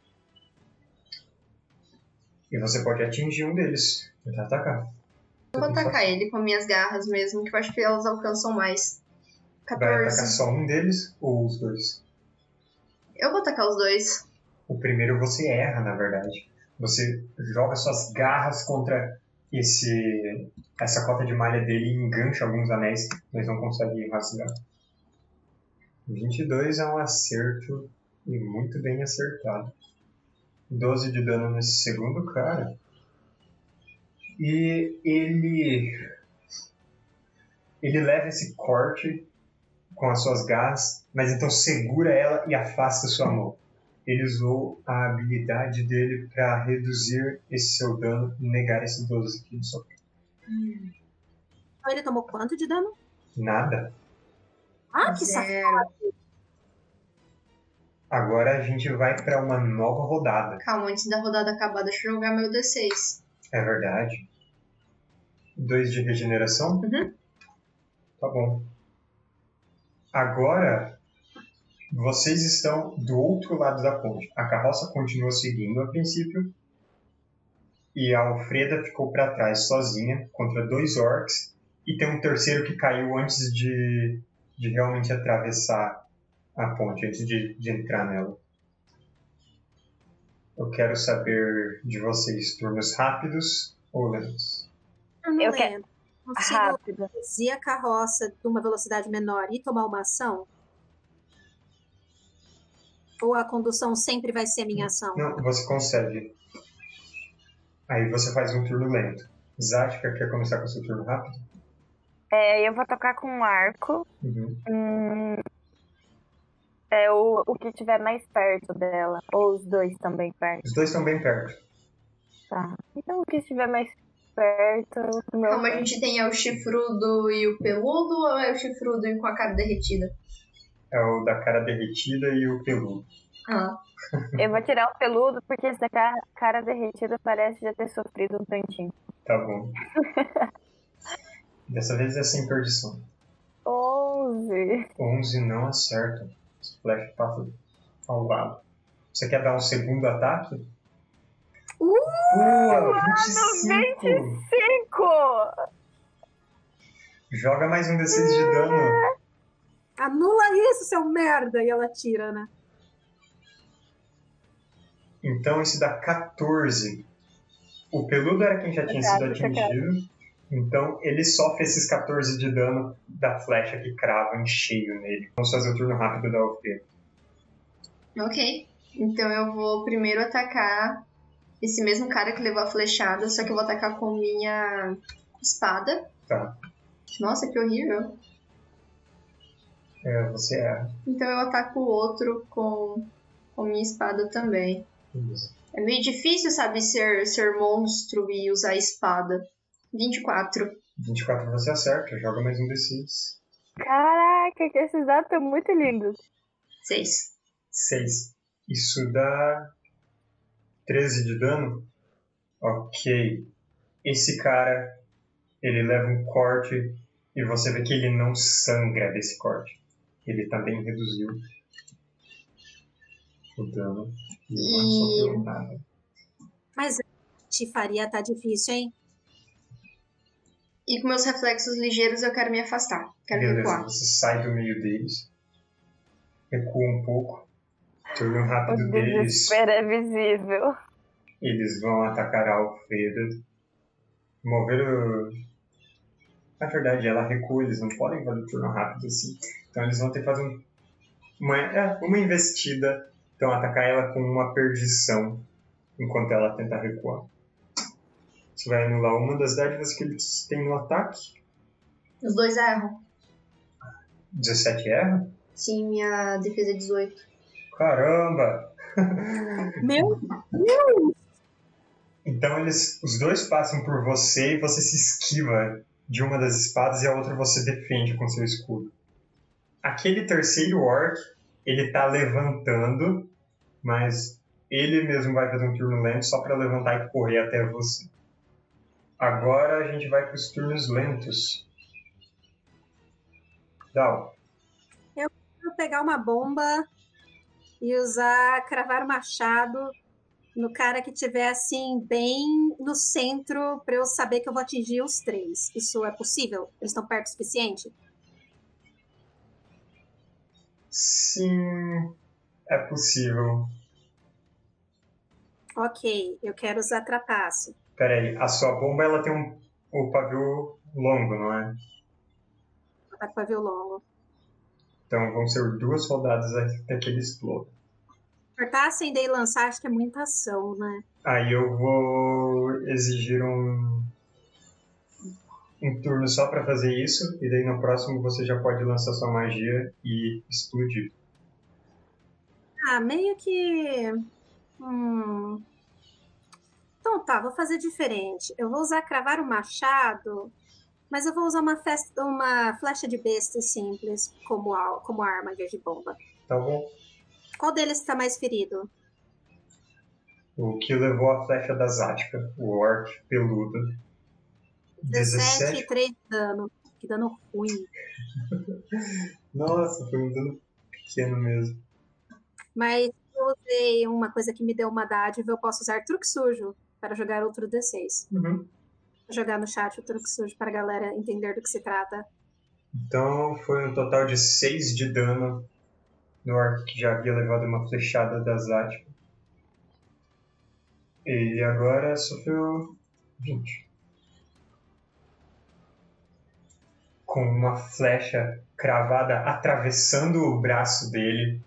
E você pode atingir um deles. Tentar atacar. Eu vou atacar ele com minhas garras mesmo, que eu acho que elas alcançam mais. Vai atacar catorze. só um deles ou os dois? Eu vou atacar os dois. O primeiro você erra, na verdade. Você joga suas garras contra esse, essa cota de malha dele e engancha alguns anéis, mas não consegue rasgar. vinte e dois é um acerto e muito bem acertado. doze de dano nesse segundo cara. E ele... Ele leva esse corte com as suas garras, mas então segura ela e afasta sua mão. Ele usou a habilidade dele para reduzir esse seu dano e negar esse doze aqui no seu peito. Hum. Então ele tomou quanto de dano? Nada. Ah, que safado! Agora a gente vai para uma nova rodada. Calma, antes da rodada acabar, deixa eu jogar meu D seis. É verdade. Dois de regeneração? Uhum. Tá bom. Agora, vocês estão do outro lado da ponte. A carroça continua seguindo a princípio. E a Alfreda ficou para trás sozinha contra dois orcs. E tem um terceiro que caiu antes de, de realmente atravessar a ponte, antes de, de entrar nela. Eu quero saber de vocês turnos rápidos ou lentos. Eu não Eu lembro. Consigo Rápido. reduzir a carroça de uma velocidade menor e tomar uma ação? Ou a condução sempre vai ser minha ação? Não, você consegue. Aí você faz um turno lento. Zática, quer começar com o seu turno rápido? É, eu vou tocar com um arco. Uhum. Hum, é o, o que estiver mais perto dela. Ou os dois também perto. Os dois estão bem perto. Tá. Então o que estiver mais perto do meu. Como a gente tem é o chifrudo e o peludo, ou é o chifrudo e com a cara derretida? É o da cara derretida e o peludo. Ah, Eu vou tirar o peludo porque esse da cara, cara derretida parece já ter sofrido um tantinho. Tá bom. Dessa vez é sem perdição. onze. onze não acerta. Splash passa ao lado. Você quer dar um segundo ataque? Uh! Boa! vinte e cinco! vinte e cinco! Joga mais um D seis de dano. Anula isso, seu merda! E ela tira, né? Então isso dá quatorze. O peludo era quem já tinha sido Exato, atingido. Então ele sofre esses quatorze de dano da flecha que crava em cheio nele. Vamos fazer o turno rápido da Alfreda. ok. Então eu vou primeiro atacar esse mesmo cara que levou a flechada, só que eu vou atacar com minha espada. Tá. Nossa, que horrível. É, você erra. Então eu ataco o outro com, com minha espada também. Isso. É meio difícil, sabe, ser, ser monstro e usar espada. vinte e quatro. vinte e quatro você acerta. Joga mais um D seis. Caraca, que esses dados estão muito lindos. seis. seis. Isso dá treze de dano? Ok. Esse cara, ele leva um corte e você vê que ele não sangra desse corte. Ele também reduziu o dano e não E- sofreu nada. Mas a tifaria tá difícil, hein? E com meus reflexos ligeiros eu quero me afastar. Quero Beleza, recuar. você sai do meio deles, recua um pouco, turno O rápido deles, desespero é visível. eles vão atacar a Alfreda, mover o... Na verdade, ela recua, eles não podem fazer turno rápido assim, então eles vão ter que fazer um... uma, é, uma investida, então atacar ela com uma perdição, enquanto ela tenta recuar. Você vai anular uma das dádivas que eles têm no ataque, Os dois erram. dezessete erra? Sim, minha defesa é dezoito. Caramba! Meu Então eles, os dois passam por você e você se esquiva de uma das espadas e a outra você defende com seu escudo. Aquele terceiro orc, ele tá levantando, mas ele mesmo vai fazer um turno lento só para levantar e correr até você. Agora a gente vai para os turnos lentos. Dal, Vou pegar uma bomba e usar, cravar o machado no cara que tiver assim, bem no centro, para eu saber que eu vou atingir os três. Isso é possível? Eles estão perto o suficiente? sim, é possível. Ok, eu quero usar trapaço. Peraí, a sua bomba ela tem um, um pavio longo, não é? Tá com pavio longo. Então vão ser duas rodadas até que ele exploda. Cortar, acender e lançar, acho que é muita ação, né? Aí eu vou exigir um, um turno só pra fazer isso, e daí no próximo você já pode lançar sua magia e explodir. Ah, meio que... Hum... Então tá, vou fazer diferente. Eu vou usar cravar o machado, mas eu vou usar uma, festa, uma flecha de besta simples como, al- como arma em vez de bomba. Tá bom? Qual deles está mais ferido? O que levou a flecha da Zática, o orc peludo. dezessete e dezessete. três de dano. Que dano ruim. Nossa, foi um dano pequeno mesmo. Mas eu usei uma coisa que me deu uma dádiva, eu posso usar truque sujo para jogar outro D seis. Uhum. Vou jogar no chat o truque sujo para a galera entender do que se trata. Então foi um total de seis de dano no orc que já havia levado uma flechada da Zática. E agora sofreu vinte. Com uma flecha cravada atravessando o braço dele,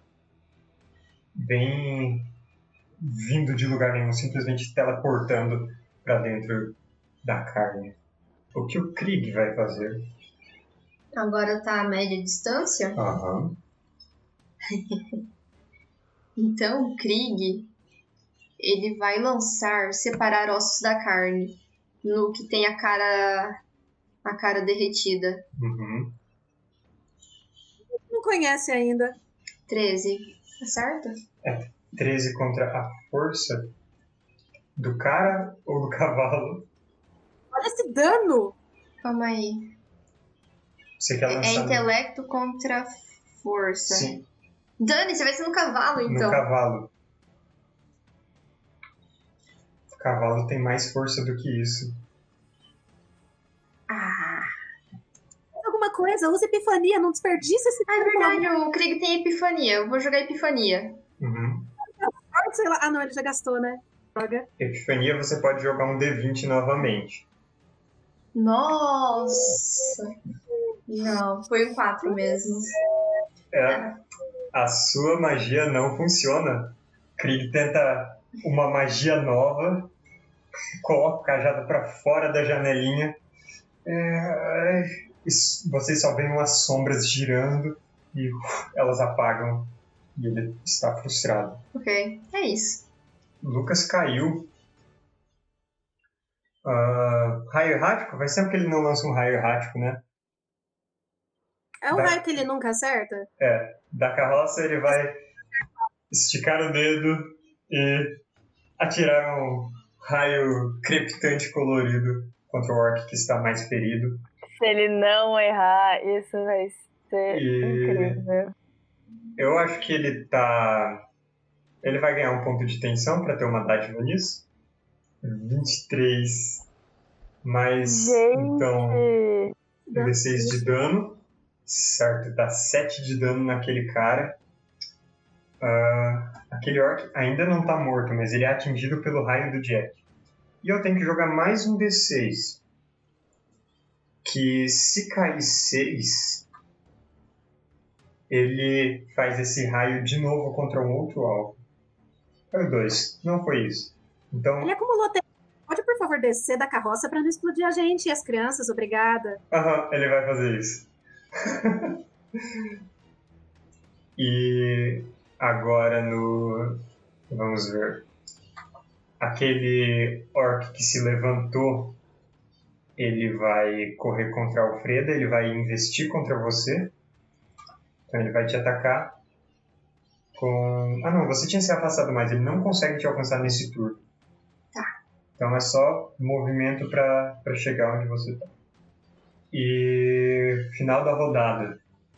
bem vindo de lugar nenhum, simplesmente teleportando para dentro da carne. O que o Krieg vai fazer? Agora tá a média distância. Aham. Então o Krieg, ele vai lançar separar ossos da carne no que tem a cara a cara derretida. Uhum. Não conhece ainda. treze. Tá certo? É treze contra a força do cara ou do cavalo? Olha esse dano! Calma aí. Você quer É, lançar é no- intelecto contra força. Sim, Dane, você vai ser no cavalo, então. no cavalo. O cavalo tem mais força do que isso. Ah, Alguma coisa, usa epifania, não desperdiça esse ah, é dano, pelo amor verdade, o Krieg tem epifania. Eu vou jogar epifania. Uhum. de Deus, sei lá. Ah, não, ele já gastou, né? Droga. Epifania você pode jogar um D vinte novamente. Nossa! Não, foi um quatro mesmo. É, a sua magia não funciona. Krieg tenta uma magia nova, coloca o cajado para fora da janelinha. É, e vocês só veem umas sombras girando e uf, elas apagam. E ele está frustrado. Ok, é isso. Lucas caiu. Uh, raio errático? Vai sempre que ele não lança um raio errático, né? É um Da- raio que ele nunca acerta? É, da carroça ele vai esticar o dedo e atirar um raio crepitante colorido contra o orc que está mais ferido. Se ele não errar, isso vai ser E- incrível. Eu acho que ele tá. Ele vai ganhar um ponto de tensão para ter uma dádiva nisso. vinte e três. Mais. Então. Gente, D seis de dano. Certo, dá sete de dano naquele cara. Ah, aquele orc ainda não tá morto, mas ele é atingido pelo raio do Jack. E eu tenho que jogar mais um D seis. Que se cair seis, ele faz esse raio de novo contra um outro alvo. Foi dois, não foi isso. Então, Ele acumulou tempo. Pode, por favor, descer da carroça para não explodir a gente e as crianças, obrigada. aham, ele vai fazer isso. E agora no... Vamos ver. Aquele orc que se levantou, ele vai correr contra a Alfreda, ele vai investir contra você. Então ele vai te atacar com... Ah não, você tinha se afastado mais, ele não consegue te alcançar nesse turno. Tá. Então é só movimento para chegar onde você está. E final da rodada.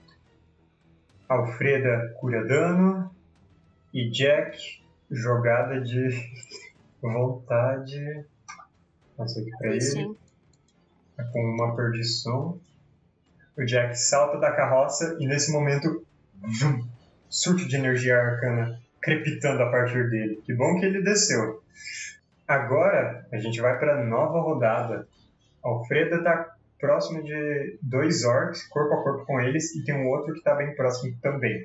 Alfreda cura dano e Jack jogada de vontade. Passa aqui pra ele. Sim. É com uma perdição. O Jack salta da carroça e nesse momento vum, surto de energia arcana crepitando a partir dele. Que bom que ele desceu. Agora a gente vai para nova rodada. Alfreda tá próximo de dois orcs, corpo a corpo com eles, e tem um outro que está bem próximo também.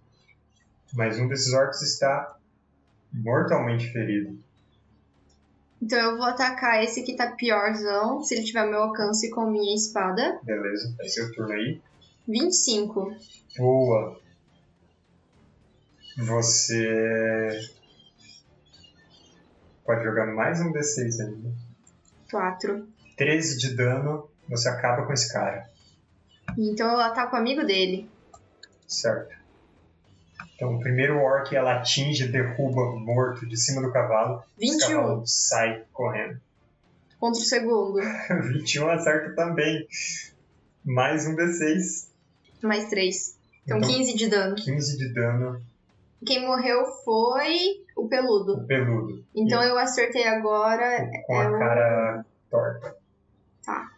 Mas um desses orcs está mortalmente ferido. Então eu vou atacar esse que tá piorzão, se ele tiver ao meu alcance com minha espada. Beleza, é seu turno aí. vinte e cinco. Boa. Você pode jogar mais um D seis ainda. quatro. treze de dano, você acaba com esse cara. Então eu ataco o amigo dele. Certo. Então o primeiro orc ela atinge, derruba morto de cima do cavalo. vinte e um. O cavalo sai correndo. Contra o segundo. vinte e um acerta também. Mais um D seis. Mais três. Então, Então, quinze de dano. quinze de dano. Quem morreu foi o peludo. O peludo. Então E eu acertei agora. com é a o- cara torta. Tá.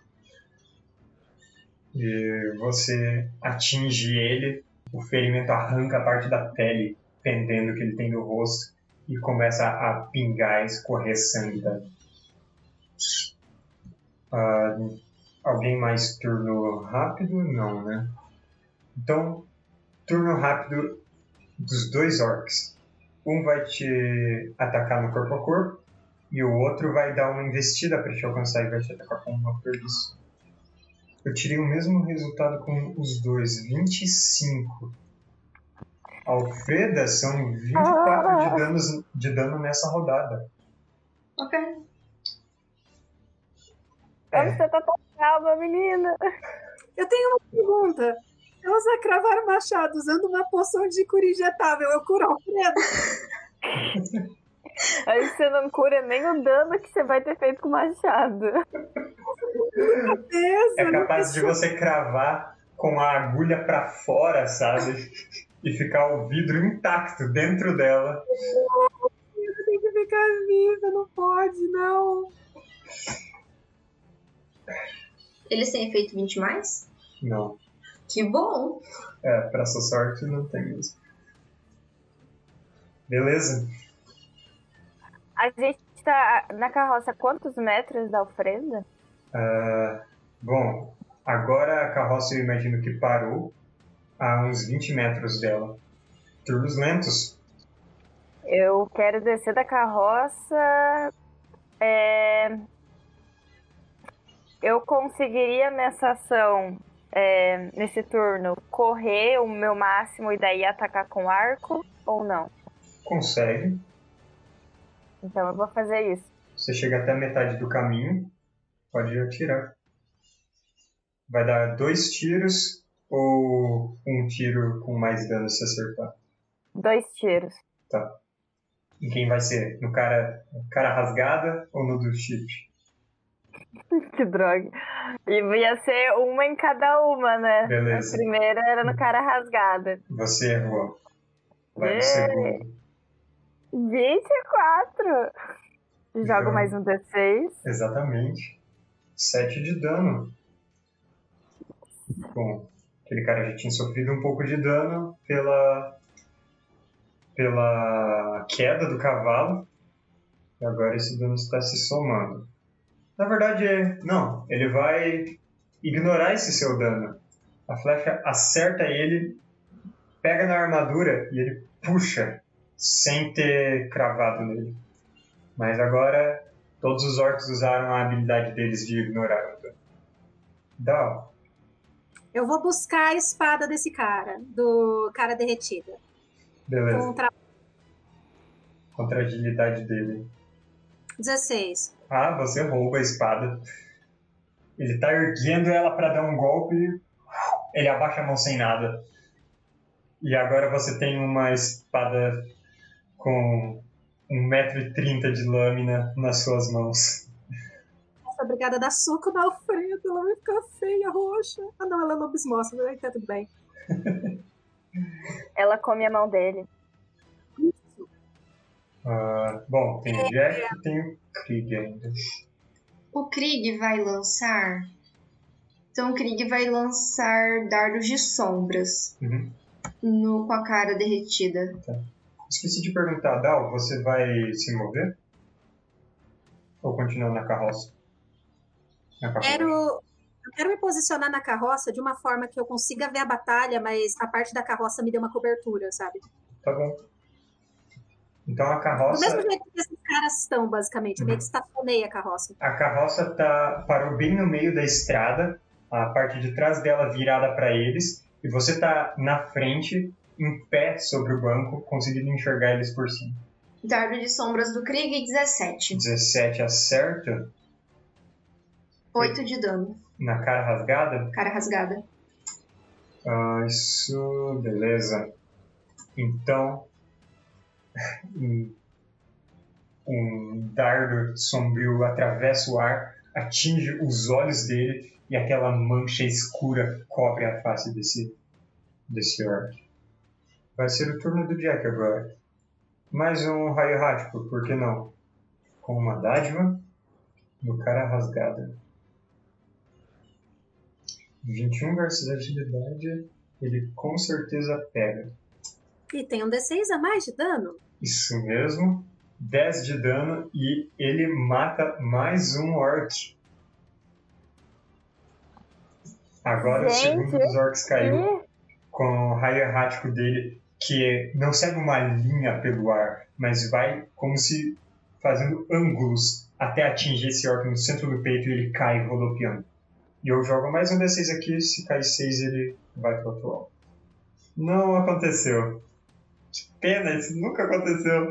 E você atinge ele, o ferimento arranca a parte da pele pendendo que ele tem no rosto e começa a pingar e escorrer sangue dali. Ah, alguém mais turno rápido? Não, né? Então, turno rápido dos dois orcs. Um vai te atacar no corpo a corpo e o outro vai dar uma investida para te alcançar e vai te atacar com uma perdição. Eu tirei o mesmo resultado com os dois, vinte e cinco. Alfreda são vinte e quatro de, danos, de dano nessa rodada. Ok. Como É, você tá tão calma, menina? Eu tenho uma pergunta. Eu usar cravar o machado usando uma poção de cura injetável. Eu curo o Alfredo? Aí você não cura nem o dano que você vai ter feito com o machado. Beleza, é capaz de você cravar com a agulha pra fora, sabe? E ficar o vidro intacto dentro dela. Eu tenho que ficar viva, não pode, não. Eles têm efeito vinte mais? Não. Que bom! É, pra sua sorte não tem mesmo. Beleza? A gente tá na carroça quantos metros da Alfreda? Ah, bom, agora a carroça eu imagino que parou a uns vinte metros dela. Turnos lentos. Eu quero descer da carroça. É... Eu conseguiria nessa ação, é, nesse turno, correr o meu máximo e daí atacar com arco ou não? Consegue. Então eu vou fazer isso. Você chega até a metade do caminho. Pode atirar. Vai dar dois tiros ou um tiro com mais dano se acertar? Dois tiros. Tá. E quem vai ser? No cara, cara rasgada ou no do chip? Que droga. E ia ser uma em cada uma, né? Beleza. A primeira era no cara rasgada. Você errou. Vai no É. segundo. vinte e quatro. Jogo Joga. mais um D seis. Exatamente. sete de dano. Bom, aquele cara já tinha sofrido um pouco de dano pela, pela queda do cavalo. E agora esse dano está se somando. Na verdade, é, não. Ele vai ignorar esse seu dano. A flecha acerta ele, pega na armadura e ele puxa, sem ter cravado nele. Mas agora, todos os orcs usaram a habilidade deles de ignorar o dano. Dá. Eu vou buscar a espada desse cara, do cara derretida. Beleza. Contra Contra a agilidade dele. dezesseis. Ah, você rouba a espada. Ele tá erguendo ela pra dar um golpe e ele abaixa a mão sem nada. E agora você tem uma espada com um metro e trinta de lâmina nas suas mãos. Essa obrigada a dar soco na Alfredo, ela vai ficar feia, roxa. Ah não, ela é lobismossa, mas tá tudo bem. Ela come a mão dele. Ah, bom, tem o Jack e tem o Krieg ainda. O Krieg vai lançar. Então o Krieg vai lançar dardos de sombras Uhum. no, com a cara derretida. Esqueci de perguntar, Dal, você vai se mover? Ou continua na carroça? Na carroça. Quero, eu quero me posicionar na carroça de uma forma que eu consiga ver a batalha, mas a parte da carroça me dê uma cobertura, sabe? Tá bom. Então a Do carroça... mesmo jeito que esses caras estão, basicamente. Eu meio que Uhum. estacionei a carroça. A carroça tá, parou bem no meio da estrada, a parte de trás dela virada para eles, e você tá na frente, em pé sobre o banco, conseguindo enxergar eles por cima. Dardo de sombras do Krieg, dezessete. dezessete acerta. oito de dano. Na cara rasgada? Cara rasgada. Ah, isso... beleza. Então... um, um dardo sombrio atravessa o ar, atinge os olhos dele e aquela mancha escura cobre a face desse, desse orc. Vai ser o turno do Jack agora. Mais um raio errático, por que não? Com uma dádiva no cara rasgada. vinte e um versus agilidade, ele com certeza pega. E tem um D seis a mais de dano. Isso mesmo. dez de dano e ele mata mais um orc. Agora Gente, o segundo dos orcs caiu que- com o raio errático dele, que não segue uma linha pelo ar, mas vai como se fazendo ângulos até atingir esse orc no centro do peito e ele cai rodopiando. E eu jogo mais um D seis aqui, se cair seis ele vai pro outro alvo. Não aconteceu. Que pena, isso nunca aconteceu.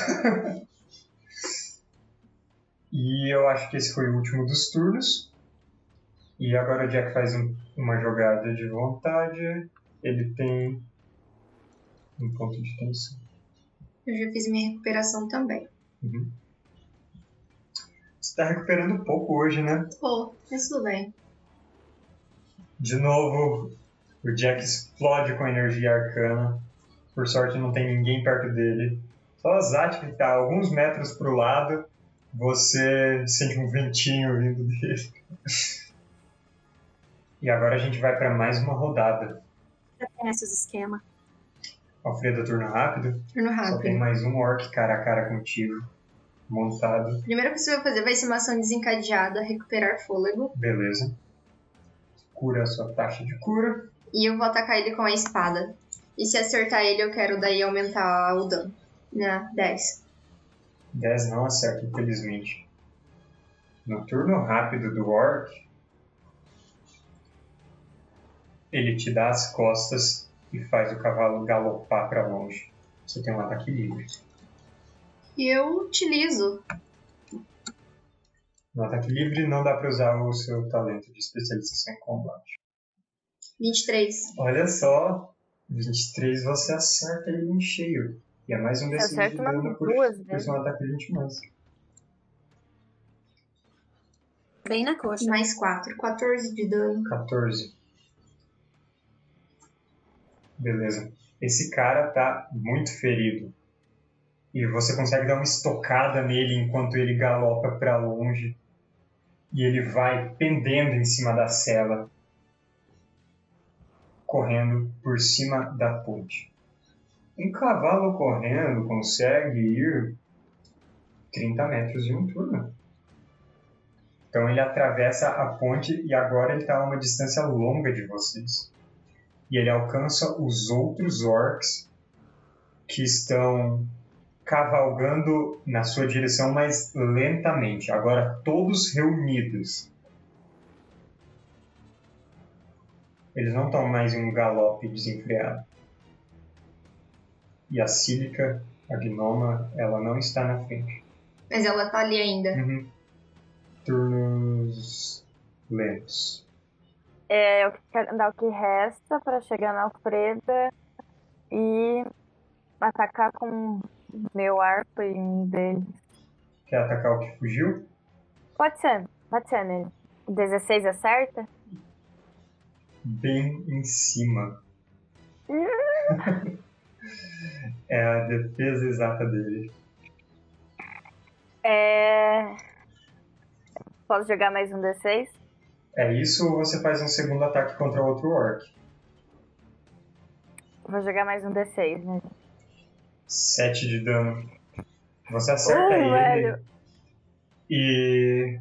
E eu acho que esse foi o último dos turnos. E agora o Jack faz um, uma jogada de vontade. Ele tem um ponto de tensão. Eu já fiz minha recuperação também. Uhum. Você tá recuperando pouco hoje, né? Pô, mas tudo bem. De novo, o Jack explode com energia arcana. Por sorte não tem ninguém perto dele. Só a Zat que tá alguns metros pro lado. Você sente um ventinho vindo dele. E agora a gente vai para mais uma rodada. Já conhece os esquemas. Alfredo, turno rápido. Turno Só tem rápido. mais um orc cara a cara contigo. Montado. A primeira coisa que você vai fazer vai ser uma ação desencadeada, recuperar fôlego. Beleza. Cura a sua taxa de cura. E eu vou atacar ele com a espada. E se acertar ele, eu quero daí aumentar o dano. Na dez. dez não acerta, infelizmente. No turno rápido do orc, ele te dá as costas e faz o cavalo galopar para longe. Você tem um ataque livre. E eu utilizo. No ataque livre não dá para usar o seu talento de especialização em combate. vinte e três. Olha só, vinte e três você acerta ele em cheio. E é mais um D seis de acerta umas dano por, duas por vezes. seu ataque vinte mais. Bem na coxa. Mais quatro. quatorze de dano. quatorze. Beleza. Esse cara tá muito ferido. E você consegue dar uma estocada nele enquanto ele galopa para longe. E ele vai pendendo em cima da cela, correndo por cima da ponte. Um cavalo correndo consegue ir trinta metros em um turno. Então ele atravessa a ponte e agora ele está a uma distância longa de vocês. E ele alcança os outros orcs que estão cavalgando na sua direção, mas lentamente. Agora todos reunidos. Eles não estão mais em um galope desenfreado. E a Sílica, a gnoma, ela não está na frente. Mas ela tá ali ainda. Uhum. Turnos lentos. É, eu quero dar o que resta pra chegar na Alfreda e atacar com meu arco em um deles. Quer atacar o que fugiu? Pode ser, pode ser nele. dezesseis acerta? Bem em cima. É a defesa exata dele. É... Posso jogar mais um D seis? É isso ou você faz um segundo ataque contra outro orc? Vou jogar mais um D seis, né? sete de dano. Você acerta Uh, ele velho. e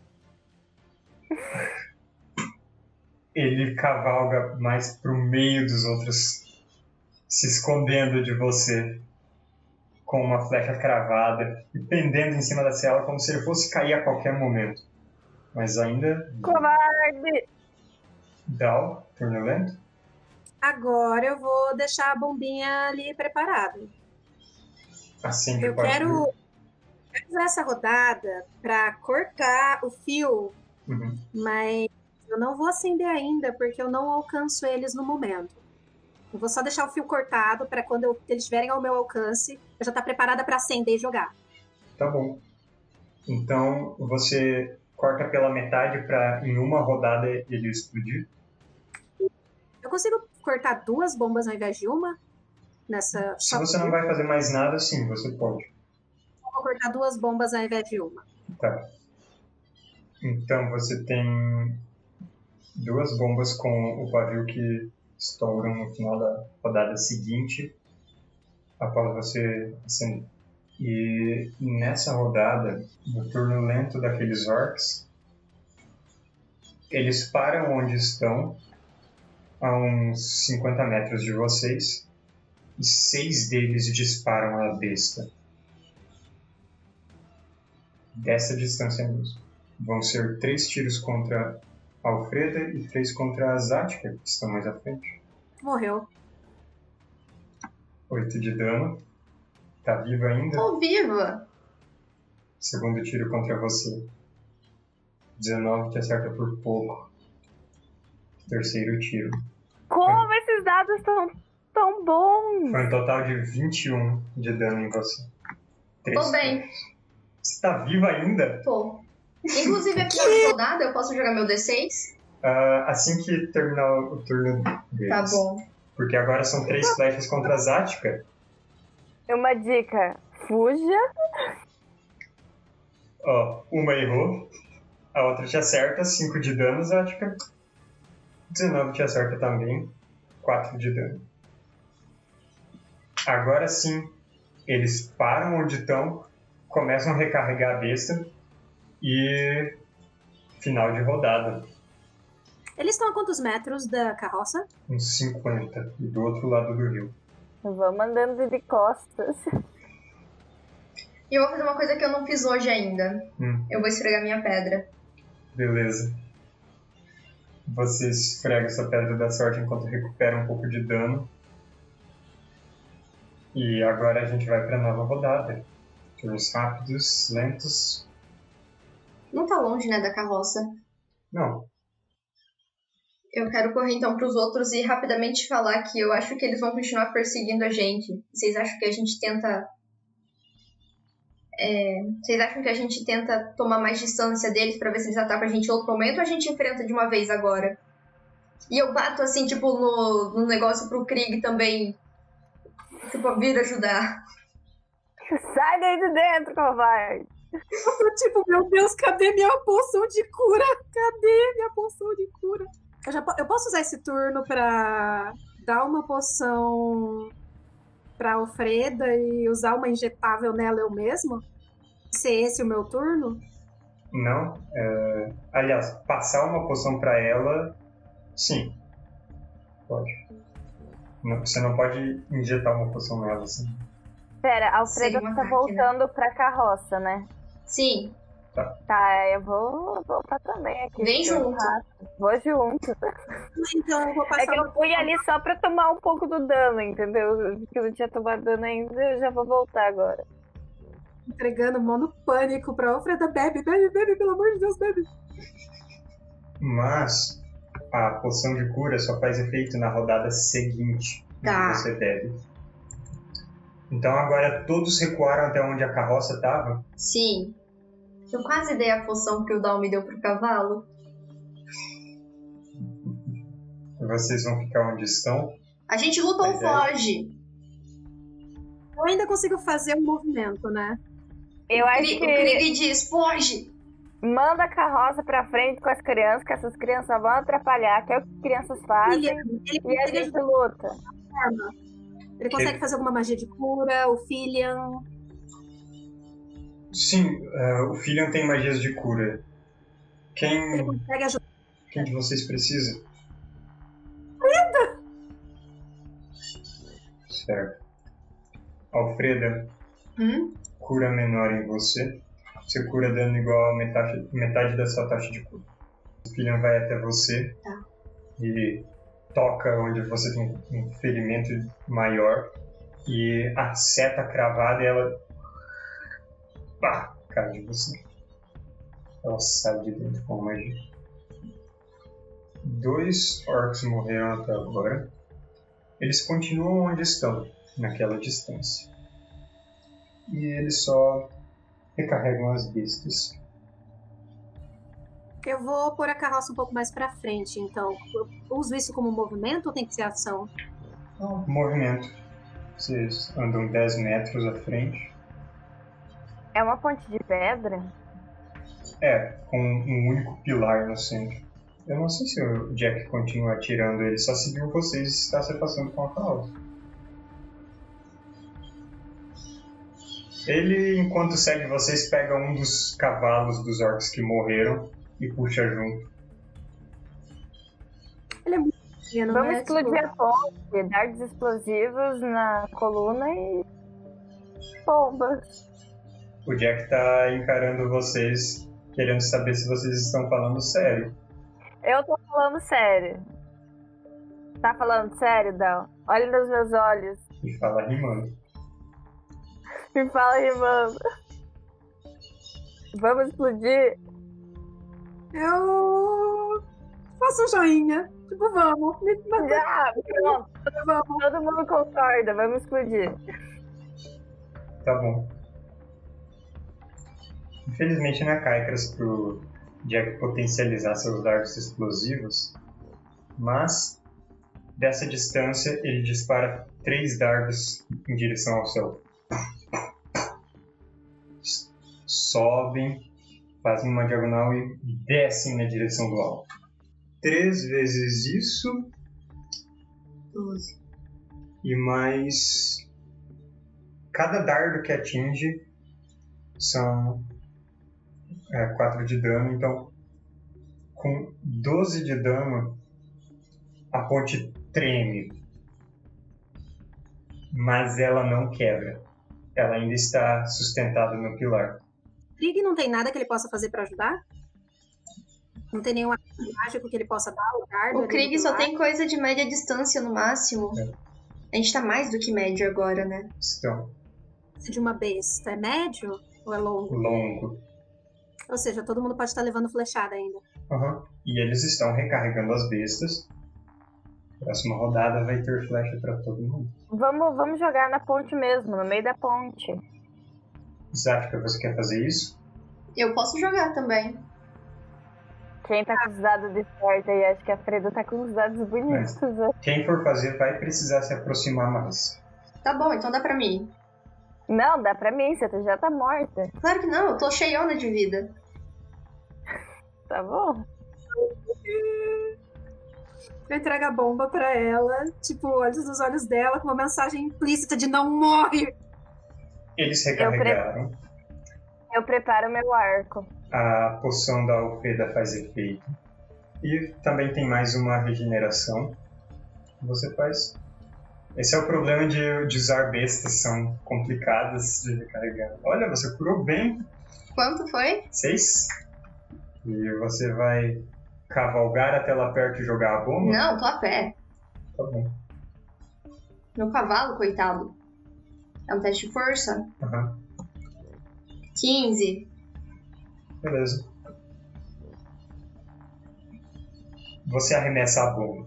ele cavalga mais pro meio dos outros, se escondendo de você, com uma flecha cravada e pendendo em cima da cela como se ele fosse cair a qualquer momento. Mas ainda... Covarde! Dal, turno lento. Agora eu vou deixar a bombinha ali preparada. Assim que Eu pode quero vir. usar essa rodada para cortar o fio, Uhum. mas eu não vou acender ainda porque eu não alcanço eles no momento. Eu vou só deixar o fio cortado para quando eu- eles estiverem ao meu alcance, eu já estar preparada para acender e jogar. Tá bom. Então você corta pela metade para em uma rodada ele explodir. Eu consigo cortar duas bombas ao invés de uma? Nessa. Se você não vai fazer mais nada, sim, você pode. Eu vou cortar duas bombas ao invés de uma. Tá. Então você tem duas bombas com o pavio que estouram no final da rodada seguinte, após você acender. E nessa rodada, no turno lento daqueles orcs, eles param onde estão, a uns cinquenta metros de vocês, e seis deles disparam a besta. Dessa distância mesmo. Vão ser três tiros contra a Alfreda e três contra a Zatka, que estão mais à frente. Morreu. Oito de dano. Tá viva ainda? Tô viva. Segundo tiro contra você. dezenove te acerta por pouco. Terceiro tiro. Como esses dados estão tão bons? Foi um total de vinte e um de dano em você. Três Tô bem. pontos. Você tá viva ainda? Tô. Inclusive, é final de rodada, eu posso jogar meu D seis? Ah, assim que terminar o turno deles. Tá bom. Porque agora são três flechas contra a Zatka. Uma dica: fuja. Ó, uma errou. A outra te acerta. cinco de dano, Zatka. dezenove te acerta também. quatro de dano. Agora sim, eles param onde estão, começam a recarregar a besta e final de rodada. Eles estão a quantos metros da carroça? Uns cinquenta e do outro lado do rio. Vamos andando de costas. E eu vou fazer uma coisa que eu não fiz hoje ainda. Hum, Eu vou esfregar minha pedra. beleza. Você esfrega essa pedra da sorte enquanto recupera um pouco de dano. E agora a gente vai para nova rodada. Turnos rápidos, lentos. Não tá longe, né, da carroça. Não. Eu quero correr então pros outros e rapidamente falar que eu acho que eles vão continuar perseguindo a gente. Vocês acham que a gente tenta... É... Vocês acham que a gente tenta tomar mais distância deles pra ver se eles atacam a gente em outro momento ou a gente enfrenta de uma vez agora? E eu bato assim, tipo, no, no negócio pro Krieg também. Tipo, vir ajudar. Sai daí de dentro, covarde. Eu tô tipo, meu Deus, cadê minha poção de cura? Cadê minha poção de cura? Eu, já, po- eu posso usar esse turno pra dar uma poção pra Alfreda e usar uma injetável nela eu mesmo? Ser esse o meu turno? Não. É... Aliás, passar uma poção para ela, sim. Pode. Não- Você não pode injetar uma poção nela, assim. Pera, a Alfreda Seria um tá ataque, voltando pra carroça, né? Sim, Tá, eu vou voltar também aqui. Vem porque eu junto. faço. Vou junto. Então eu vou É passar que eu uma fui ali só pra tomar um pouco do dano, entendeu? Porque eu não tinha tomado dano ainda, eu já vou voltar agora. entregando mono pânico pra Alfreda. Bebe, bebe, bebe, pelo amor de Deus, bebe. Mas a poção de cura só faz efeito na rodada seguinte em Tá. que você bebe. Então agora todos recuaram até onde a carroça estava. sim. Eu quase dei a poção que o Dal me deu pro cavalo. Vocês vão ficar onde estão. A gente luta ou Pois é. foge? Eu ainda consigo fazer um movimento, né? Eu acho Kri- O que Krieg diz, foge! manda a carroça pra frente com as crianças, que essas crianças vão atrapalhar, que é o que crianças fazem, Ele, ele e a consegue gente ajudar luta. de forma. Ele consegue fazer alguma magia de cura, o Filian. Sim, eh, o Filion tem magias de cura. Ele Quem, consegue ajudar. quem de vocês precisa? Certo. Alfreda, Hum? Cura menor em você. Você cura dano igual a metade, metade da sua taxa de cura. O pilhão vai até você. Tá. E toca onde você tem um ferimento maior. E a seta cravada, ela... Pá! Cai de você. Ela sai de dentro com magia. Dois orcs morreram até agora. Eles continuam onde estão, naquela distância. E eles só recarregam as bestas. Eu vou pôr a carroça um pouco mais pra frente, então. Eu uso isso como movimento ou tem que ser ação? Então, movimento. Vocês andam dez metros à frente. É uma ponte de pedra? É, com um único pilar no centro. Eu não sei se o Jack continua atirando, ele só seguiu vocês e está se passando com a carroça. Ele, enquanto segue vocês, pega um dos cavalos dos orcs que morreram e puxa junto. Ele é muito pequeno, Vamos né? explodir Tipo, a ponte, dardos explosivos na coluna e... bomba. O Jack tá encarando vocês, querendo saber se vocês estão falando sério. Eu tô falando sério. Tá falando sério, Dal? Olha nos meus olhos. E fala rimando. Me fala rimando. Vamos explodir? eu faço um joinha. Tipo, vamos. Me manda, Já, pronto. vamos. Todo mundo concorda, vamos explodir. Tá bom. Infelizmente não é Caicras pro Jack potencializar seus dardos explosivos, mas dessa distância ele dispara três dardos em direção ao céu. Sobem, fazem uma diagonal e descem na direção do alto. Três vezes isso. doze. E mais... Cada dardo que atinge são é, quatro de dano, então com doze de dano a ponte treme, mas ela não quebra. Ela ainda está sustentada no pilar. Krieg não tem nada que ele possa fazer pra ajudar? Não tem nenhum ataque mágico que ele possa dar? O, dardo O ali Krieg do só lado? tem coisa de média distância no máximo. É. A gente tá mais do que médio agora, né? Então, De uma besta. É médio ou é longo? longo. Ou seja, todo mundo pode estar levando flechada ainda. Uhum. E eles estão recarregando as bestas. Próxima rodada vai ter flecha para todo mundo. Vamos, vamos jogar na ponte mesmo, no meio da ponte. Zática, você quer fazer isso? Eu posso jogar também. Quem tá com os dados de sorte aí? Acho que a Freda tá com os dados bonitos. né? Quem for fazer vai precisar se aproximar mais. Tá bom, então dá pra mim. Não, dá pra mim, você já tá morta. Claro que não, eu tô cheiona de vida. Tá bom? Eu entrego a bomba pra ela, tipo, olhos nos olhos dela, com uma mensagem implícita de não morre. Eles recarregaram. Eu preparo meu arco. A poção da Alfeda faz efeito. E também tem mais uma regeneração que você faz. Esse é o problema de, de usar bestas, são complicadas de recarregar. Olha, você curou bem. Quanto foi? Seis. E você vai cavalgar até lá perto e jogar a bomba? Não, tô a pé. Tá bom. Meu cavalo, coitado. É um teste de força. Aham. quinze. Beleza. Você arremessa a bomba.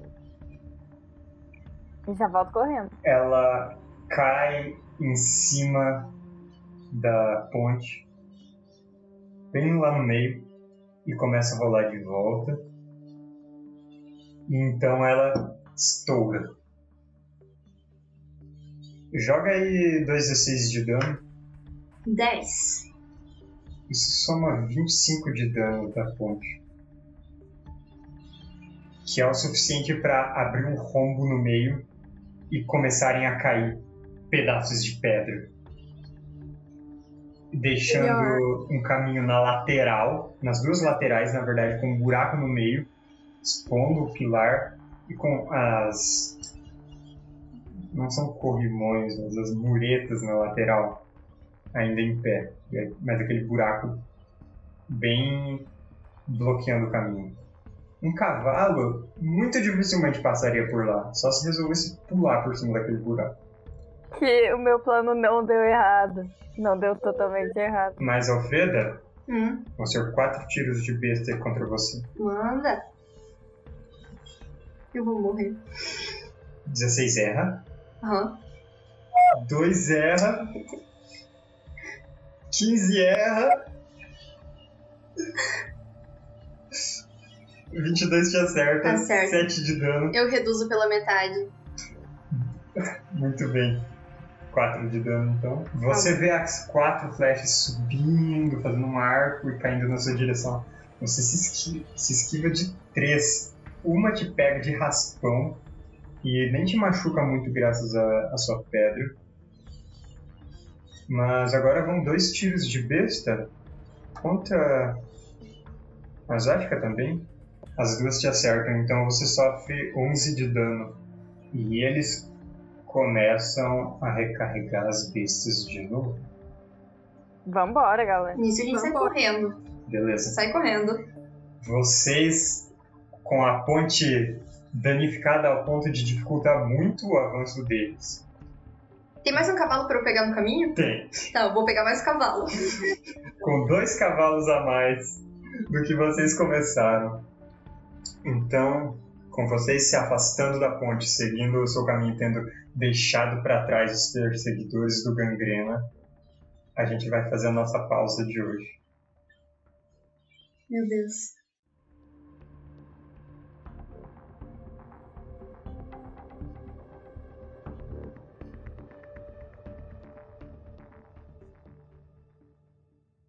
E já volto correndo. Ela cai em cima da ponte, bem lá no meio, e começa a rolar de volta. E então ela estoura. Joga aí dois d seis de dano. dez. Isso soma vinte e cinco de dano da ponte. Que é o suficiente para abrir um rombo no meio e começarem a cair pedaços de pedra. Deixando Melhor. um caminho na lateral, nas duas laterais, na verdade, com um buraco no meio, expondo o pilar e com as... não são corrimões, mas as muretas na lateral, ainda em pé, mas aquele buraco bem bloqueando o caminho. Um cavalo muito dificilmente passaria por lá, só se resolvesse pular por cima daquele buraco. Que o meu plano não deu errado. Não deu totalmente errado. Mas, Alfreda, Hum, vão ser quatro tiros de besta contra você. manda. Eu vou morrer. dezesseis erra, Aham. dois erra, quinze erra, vinte e dois te acerta, Acerta. sete de dano. Eu reduzo pela metade. Muito bem. quatro de dano, então. Você vê as quatro flechas subindo, fazendo um arco e caindo na sua direção. Você se esquiva, se esquiva de três. Uma te pega de raspão e nem te machuca muito graças à à sua pedra. Mas agora vão dois tiros de besta contra a Zática também. As duas te acertam, então você sofre onze de dano. E eles começam a recarregar as bestas de novo. Vambora, galera. Nisso a gente sai Vambora. correndo. Beleza. Sai correndo. Vocês, com a ponte danificada ao ponto de dificultar muito o avanço deles. Tem mais um cavalo pra eu pegar no caminho? Tem. Tá, eu vou pegar mais um cavalo. Com dois cavalos a mais do que vocês começaram. Então, com vocês se afastando da ponte, seguindo o seu caminho, tendo deixado para trás os perseguidores do Gangrena, a gente vai fazer a nossa pausa de hoje. Meu Deus.